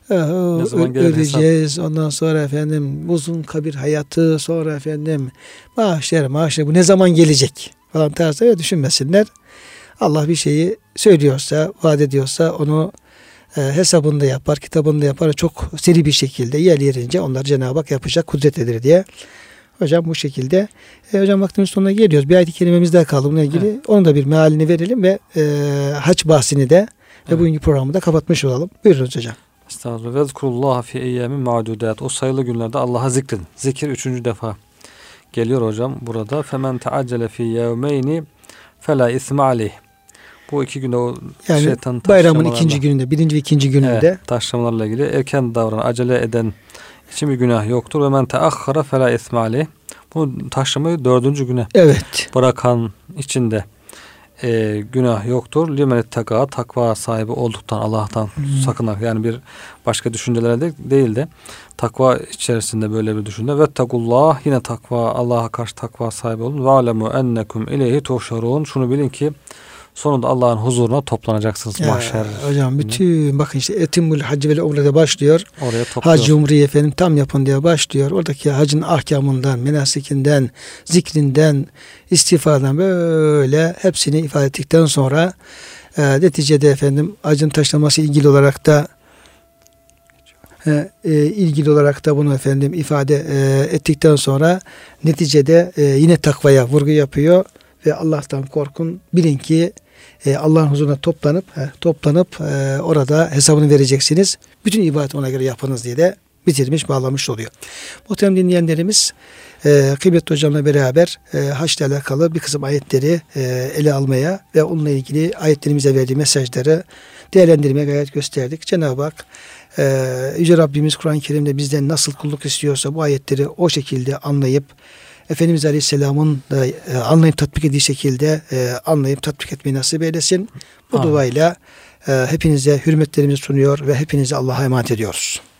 Speaker 1: Öleceğiz. Ondan sonra efendim uzun kabir hayatı, sonra efendim maaşlar bu ne zaman gelecek falan tarzı düşünmesinler. Allah bir şeyi söylüyorsa, vaat ediyorsa onu hesabını da yapar, kitabını da yapar. Çok seri bir şekilde yer yerince onlar Cenab-ı Hak yapacak kudretlidir diye. Hocam bu şekilde. Hocam vaktimiz sonuna geliyoruz. Bir ayet-i kerimemiz daha kaldı bununla ilgili. Evet. Onun da bir mealini verelim ve hac bahsini de ve bugünkü programı da kapatmış olalım. Buyurunuz hocam.
Speaker 2: Estağfurullah. Vezkurullah fi eyyamin ma'dudat. O sayılı günlerde Allah'a zikredin. Zikir 3. defa geliyor hocam burada. Femen teaccele fi yevmeyni fela isme aleyh. Bu 2 günde o
Speaker 1: yani
Speaker 2: şeytan
Speaker 1: bayramın 2. gününde, 1. ve 2. gününde.
Speaker 2: Evet, taşlamalarla ilgili erken davranan, acele eden için bir günah yoktur. Ve men teahhara fela isme aleyh. Bu taşlamayı 4. güne bırakan içinde günah yoktur. Limen ittaka, takva sahibi olduktan, Allah'tan sakınarak, yani bir başka düşüncelerde değil de takva içerisinde böyle bir düşünce. Vettekullah, yine takva, Allah'a karşı takva sahibi olun. Ve alemu ennekum ileyhi tuhşarun. Şunu bilin ki sonunda Allah'ın huzuruna toplanacaksınız mahşer.
Speaker 1: Hocam bütün bakın işte etimmül hacı vel umrede başlıyor.
Speaker 2: Oraya topluyor.
Speaker 1: Hac umreyi efendim tam yapın diye başlıyor. Oradaki hacın ahkamından, menasikinden, zikrinden, istiğfardan böyle hepsini ifade ettikten sonra neticede efendim hacın taşlaması ilgili olarak da bunu efendim ifade ettikten sonra neticede yine takvaya vurgu yapıyor ve Allah'tan korkun, bilin ki Allah'ın huzuruna toplanıp orada hesabını vereceksiniz. Bütün ibadet ona göre yapınız diye de bitirmiş, bağlamış oluyor. Muhterem dinleyenlerimiz, Kıymetli hocamla beraber haçla alakalı bir kısım ayetleri ele almaya ve onunla ilgili ayetlerimize verdiği mesajları değerlendirmeye gayret gösterdik. Cenab-ı Hak Yüce Rabbimiz Kur'an-ı Kerim'de bizden nasıl kulluk istiyorsa bu ayetleri o şekilde anlayıp Efendimiz Aleyhisselam'ın da anlayıp tatbik ettiği şekilde anlayıp tatbik etmeyi nasip eylesin. Bu duayla hepinize hürmetlerimizi sunuyor ve hepinizi Allah'a emanet ediyoruz.